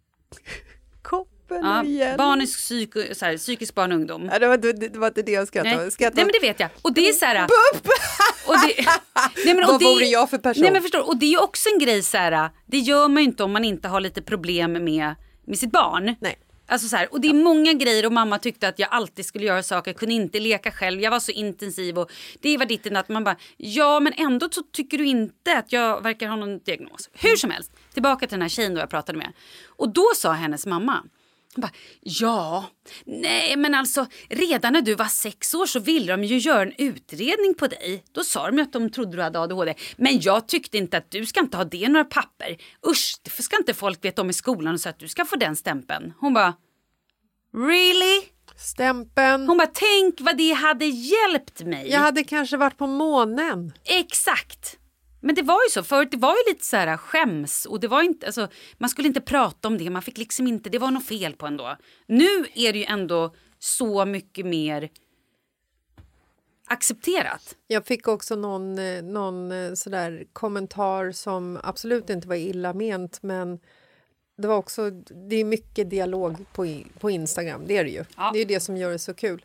Koppen och hjälm. Psykisk barn och ungdom. Ja, det var inte det jag skrattade. Nej, men det vet jag. Och det är så här... BUP! Vad vore jag för person? Nej, men förstår, och det är ju också en grej så här, det gör man ju inte om man inte har lite problem med sitt barn. Nej. Alltså så här, och det är många grejer, och mamma tyckte att jag alltid skulle göra saker, kunde inte leka själv, jag var så intensiv och det var ditt att man bara, ja men ändå så tycker du inte att jag verkar ha någon diagnos. Hur som helst, tillbaka till den här tjejen då jag pratade med. Och då sa hennes mamma, bara, nej men alltså redan när du var 6 år så ville de ju göra en utredning på dig. Då sa de ju att de trodde du hade ADHD. Men jag tyckte inte att du ska inte ha det några papper. Usch, det ska inte folk veta om i skolan så att du ska få den stämpeln. Hon bara, really? Stämpeln. Hon bara, tänk vad det hade hjälpt mig. Jag hade kanske varit på månen. Exakt. Men det var ju så, förut det var ju lite så här skäms och det var inte, alltså, man skulle inte prata om det, man fick liksom inte, det var något fel på ändå. Nu är det ju ändå så mycket mer accepterat. Jag fick också någon sådär kommentar som absolut inte var illa ment, men det var också, det är mycket dialog på Instagram, det är det ju. Ja. Det är det som gör det så kul.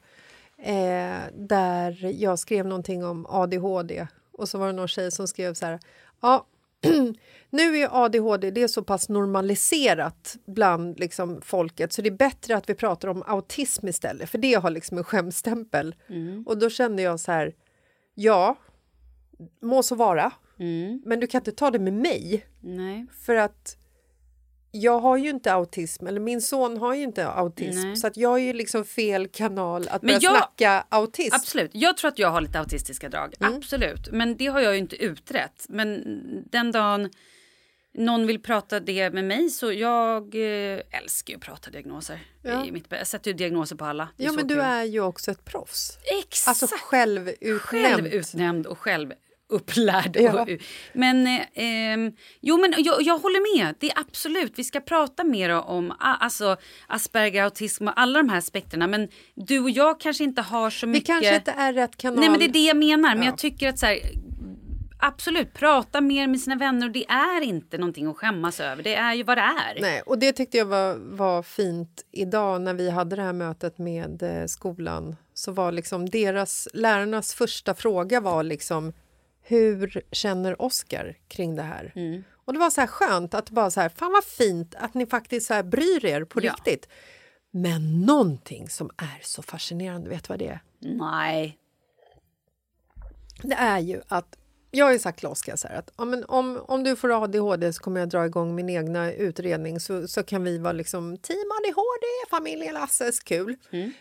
Där jag skrev någonting om ADHD. Och så var det någon tjej som skrev så här, ja, nu är ADHD, det är så pass normaliserat bland liksom folket, så det är bättre att vi pratar om autism istället, för det har liksom en skämstämpel. Och då kände jag så här, ja, må så vara, men du kan inte ta det med mig. Nej. För att jag har ju inte autism, eller min son har ju inte autism. Nej. Så att jag är ju liksom fel kanal att börja snacka autism. Absolut, jag tror att jag har lite autistiska drag, absolut. Men det har jag ju inte utrett. Men den dagen någon vill prata det med mig, så jag älskar ju att prata diagnoser. Ja. Jag sätter ju diagnoser på alla. Ja, men du är ju också ett proffs. Exakt. Alltså självutnämnd. Självutnämnd och upplärd. Ja. Men jag håller med. Det är absolut, vi ska prata mer om alltså Asperger, autism och alla de här aspekterna. Men du och jag kanske inte har så mycket... Vi kanske inte är rätt kanal. Nej, men det är det jag menar. Men jag tycker att så här, absolut, prata mer med sina vänner. Och det är inte någonting att skämmas över. Det är ju vad det är. Nej, och det tyckte jag var fint idag när vi hade det här mötet med skolan. Så var liksom lärarnas första fråga var liksom, hur känner Oskar kring det här? Och det var så här skönt att bara så här, fan vad fint att ni faktiskt så här bryr er på riktigt. Men någonting som är så fascinerande, vet du vad det är? Nej. Det är ju att, jag har ju sagt till Oskar så här att om du får ADHD så kommer jag dra igång min egna utredning så kan vi vara liksom team ADHD, familjen Lasses, kul.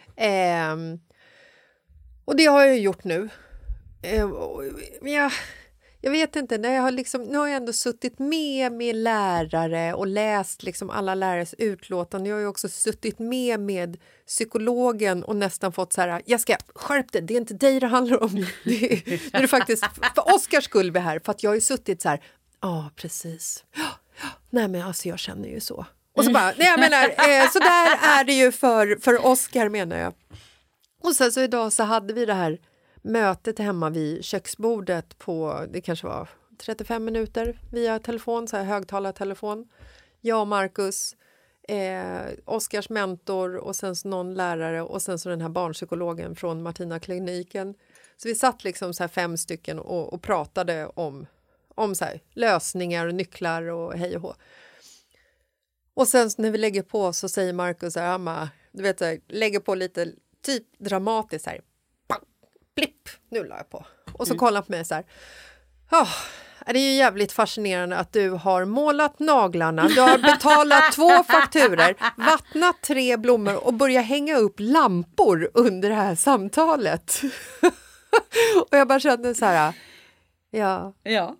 Och det har jag gjort nu. Jag vet inte, när jag har liksom, nu har jag ändå suttit med lärare och läst liksom alla lärares utlåtanden. Jag har ju också suttit med psykologen och nästan fått så här, jag ska skärp det är inte dig det handlar om. Nu är det faktiskt för Oskars skull vi är här, för att jag har ju suttit så här, precis. Nej men alltså jag känner ju så. Och så bara, nej jag menar, så där är det ju för Oskar menar jag. Och sen så idag så hade vi det här mötet hemma vid köksbordet på, det kanske var 35 minuter via telefon, så här högtalartelefon. Jag och Marcus, Oskars mentor och sen så någon lärare och sen så den här barnpsykologen från Martina-kliniken. Så vi satt liksom så här 5 stycken och pratade om så här lösningar och nycklar och hej och hå. Och sen när vi lägger på så säger Marcus så här, Amma, du vet så här, lägger på lite typ dramatiskt så här, blipp, nu la jag på. Och så kollar på mig så här, det är ju jävligt fascinerande att du har målat naglarna, du har betalat 2 fakturer, vattnat 3 blommor och börjat hänga upp lampor under det här samtalet. Och jag bara kände så här, ja.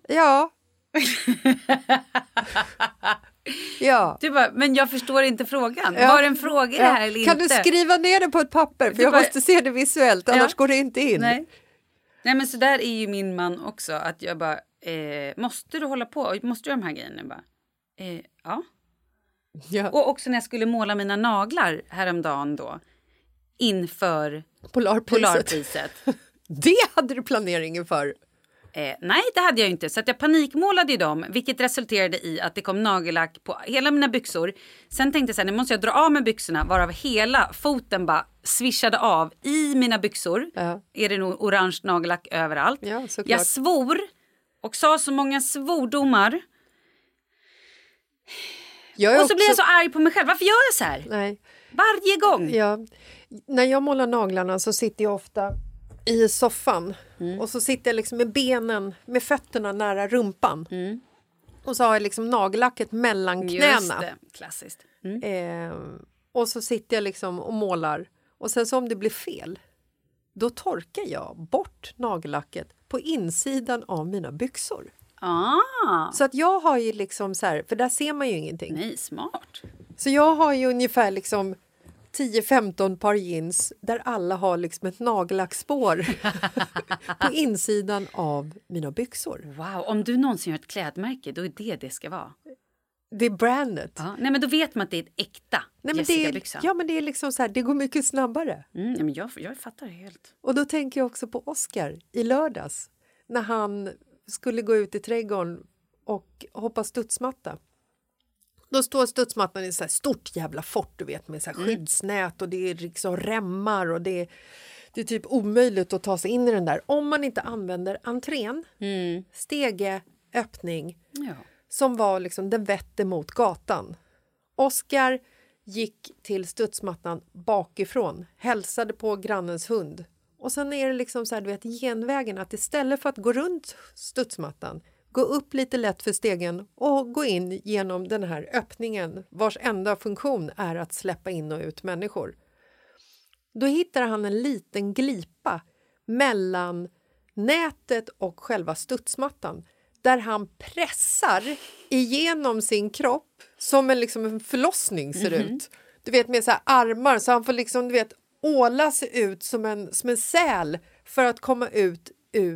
Ja. Du bara, men jag förstår inte frågan. Var det en fråga det här eller kan inte? Kan du skriva ner det på ett papper? För jag måste se det visuellt, annars går det inte in. Nej, men så där är ju min man också. Att jag bara, måste du hålla på? Måste du de här grejerna? Jag bara, ja. Och också när jag skulle måla mina naglar häromdagen då. Inför Polarpriset. Det hade du planeringen för? Nej, det hade jag inte. Så att jag panikmålade ju dem, vilket resulterade i att det kom nagellack på hela mina byxor. Sen tänkte jag så här, nu måste jag dra av med byxorna, varav hela foten bara swishade av i mina byxor. Är det nog orange nagellack överallt. Ja, såklart. Jag svor och sa så många svordomar. Och så blir jag så arg på mig själv. Varför gör jag så här? Nej. Varje gång. Ja. När jag målar naglarna så sitter jag ofta i soffan och så sitter jag liksom med fötterna nära rumpan och så har jag liksom nagellacket mellan knäna. Just det, klassiskt. Och så sitter jag liksom och målar och sen så om det blir fel då torkar jag bort nagellacket på insidan av mina byxor. Så att jag har ju liksom så här, för där ser man ju ingenting. Nej, smart. Så jag har ju ungefär liksom 10-15 par jeans där alla har liksom ett nagellackspår på insidan av mina byxor. Wow, om du någonsin gör ett klädmärke, då är det ska vara. Det är brandet. Ja, nej, men då vet man att det är ett äkta Jessica-byxa. Ja, men det är liksom så här, det går mycket snabbare. Men jag fattar helt. Och då tänker jag också på Oskar i lördags. När han skulle gå ut i trädgården och hoppa studsmatta. Då står studsmattan i så här stort jävla fort, du vet, med så här skyddsnät och det är liksom remmar och det är typ omöjligt att ta sig in i den där. Om man inte använder entrén, stege, öppning, som var liksom den vette mot gatan. Oskar gick till studsmattan bakifrån, hälsade på grannens hund. Och sen är det liksom så här, du vet, genvägen att istället för att gå runt studsmattan, gå upp lite lätt för stegen och gå in genom den här öppningen vars enda funktion är att släppa in och ut människor. Då hittar han en liten glipa mellan nätet och själva studsmattan där han pressar igenom sin kropp som en förlossning ser ut. Du vet, med så här armar så han får liksom, du vet, åla sig ut som en säl för att komma ut ur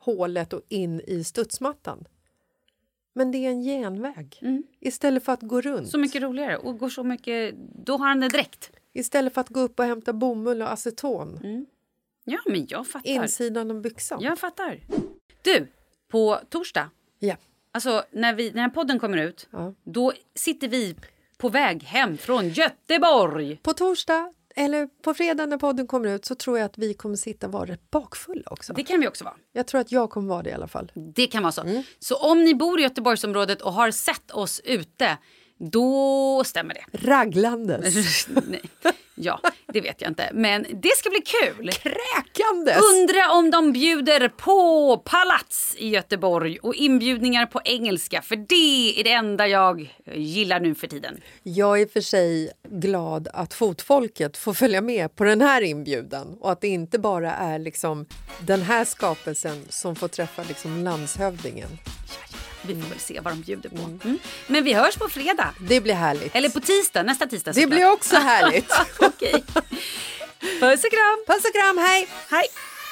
hålet och in i studsmattan. Men det är en genväg. Istället för att gå runt. Så mycket roligare. Och går så mycket... Då har han det direkt. Istället för att gå upp och hämta bomull och aceton. Ja, men jag fattar. Insidan av byxan. Jag fattar. Du, på torsdag. Ja. Alltså, när podden kommer ut. Då sitter vi på väg hem från Göteborg. På torsdag eller på fredag när podden kommer ut så tror jag att vi kommer sitta och vara rätt bakfulla också. Det kan vi också vara. Jag tror att jag kommer vara det i alla fall. Det kan vara så. Så om ni bor i Göteborgsområdet och har sett oss ute, då stämmer det. Raglandes. Nej. Ja, det vet jag inte. Men det ska bli kul. Kräkandes. Undra om de bjuder på palats i Göteborg och inbjudningar på engelska. För det är det enda jag gillar nu för tiden. Jag är för sig glad att fotfolket får följa med på den här inbjudan. Och att det inte bara är liksom den här skapelsen som får träffa liksom landshövdingen. Vi får väl se vad de bjuder på. Men vi hörs på fredag. Det blir härligt. Eller på tisdag, nästa tisdag. Det blir också härligt. Okej. Puss och kram. Puss och kram, hej. Hej.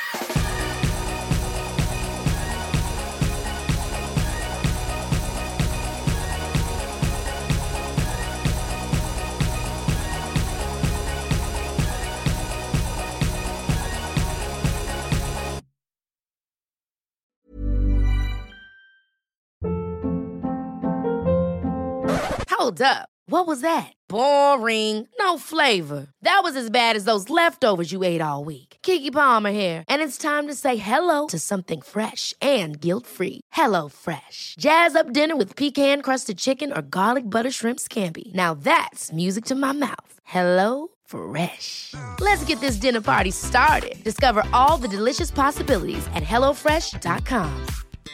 Hold up. What was that? Boring. No flavor. That was as bad as those leftovers you ate all week. Keke Palmer here, and it's time to say hello to something fresh and guilt-free. Hello Fresh. Jazz up dinner with pecan-crusted chicken or garlic butter shrimp scampi. Now that's music to my mouth. Hello Fresh. Let's get this dinner party started. Discover all the delicious possibilities at hellofresh.com.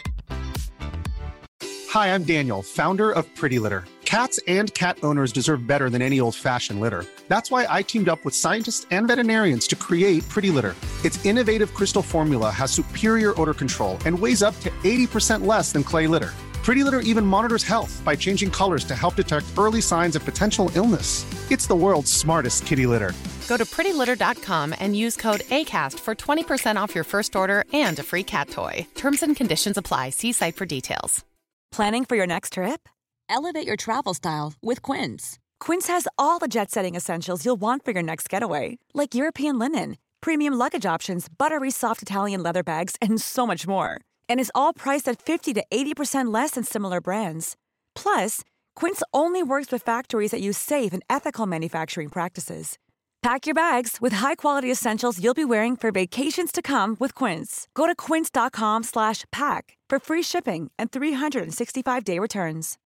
Hi, I'm Daniel, founder of Pretty Litter. Cats and cat owners deserve better than any old-fashioned litter. That's why I teamed up with scientists and veterinarians to create Pretty Litter. Its innovative crystal formula has superior odor control and weighs up to 80% less than clay litter. Pretty Litter even monitors health by changing colors to help detect early signs of potential illness. It's the world's smartest kitty litter. Go to prettylitter.com and use code ACAST for 20% off your first order and a free cat toy. Terms and conditions apply. See site for details. Planning for your next trip? Elevate your travel style with Quince. Quince has all the jet-setting essentials you'll want for your next getaway, like European linen, premium luggage options, buttery soft Italian leather bags, and so much more. And is all priced at 50 to 80% less than similar brands. Plus, Quince only works with factories that use safe and ethical manufacturing practices. Pack your bags with high-quality essentials you'll be wearing for vacations to come with Quince. Go to quince.com/pack for free shipping and 365-day returns.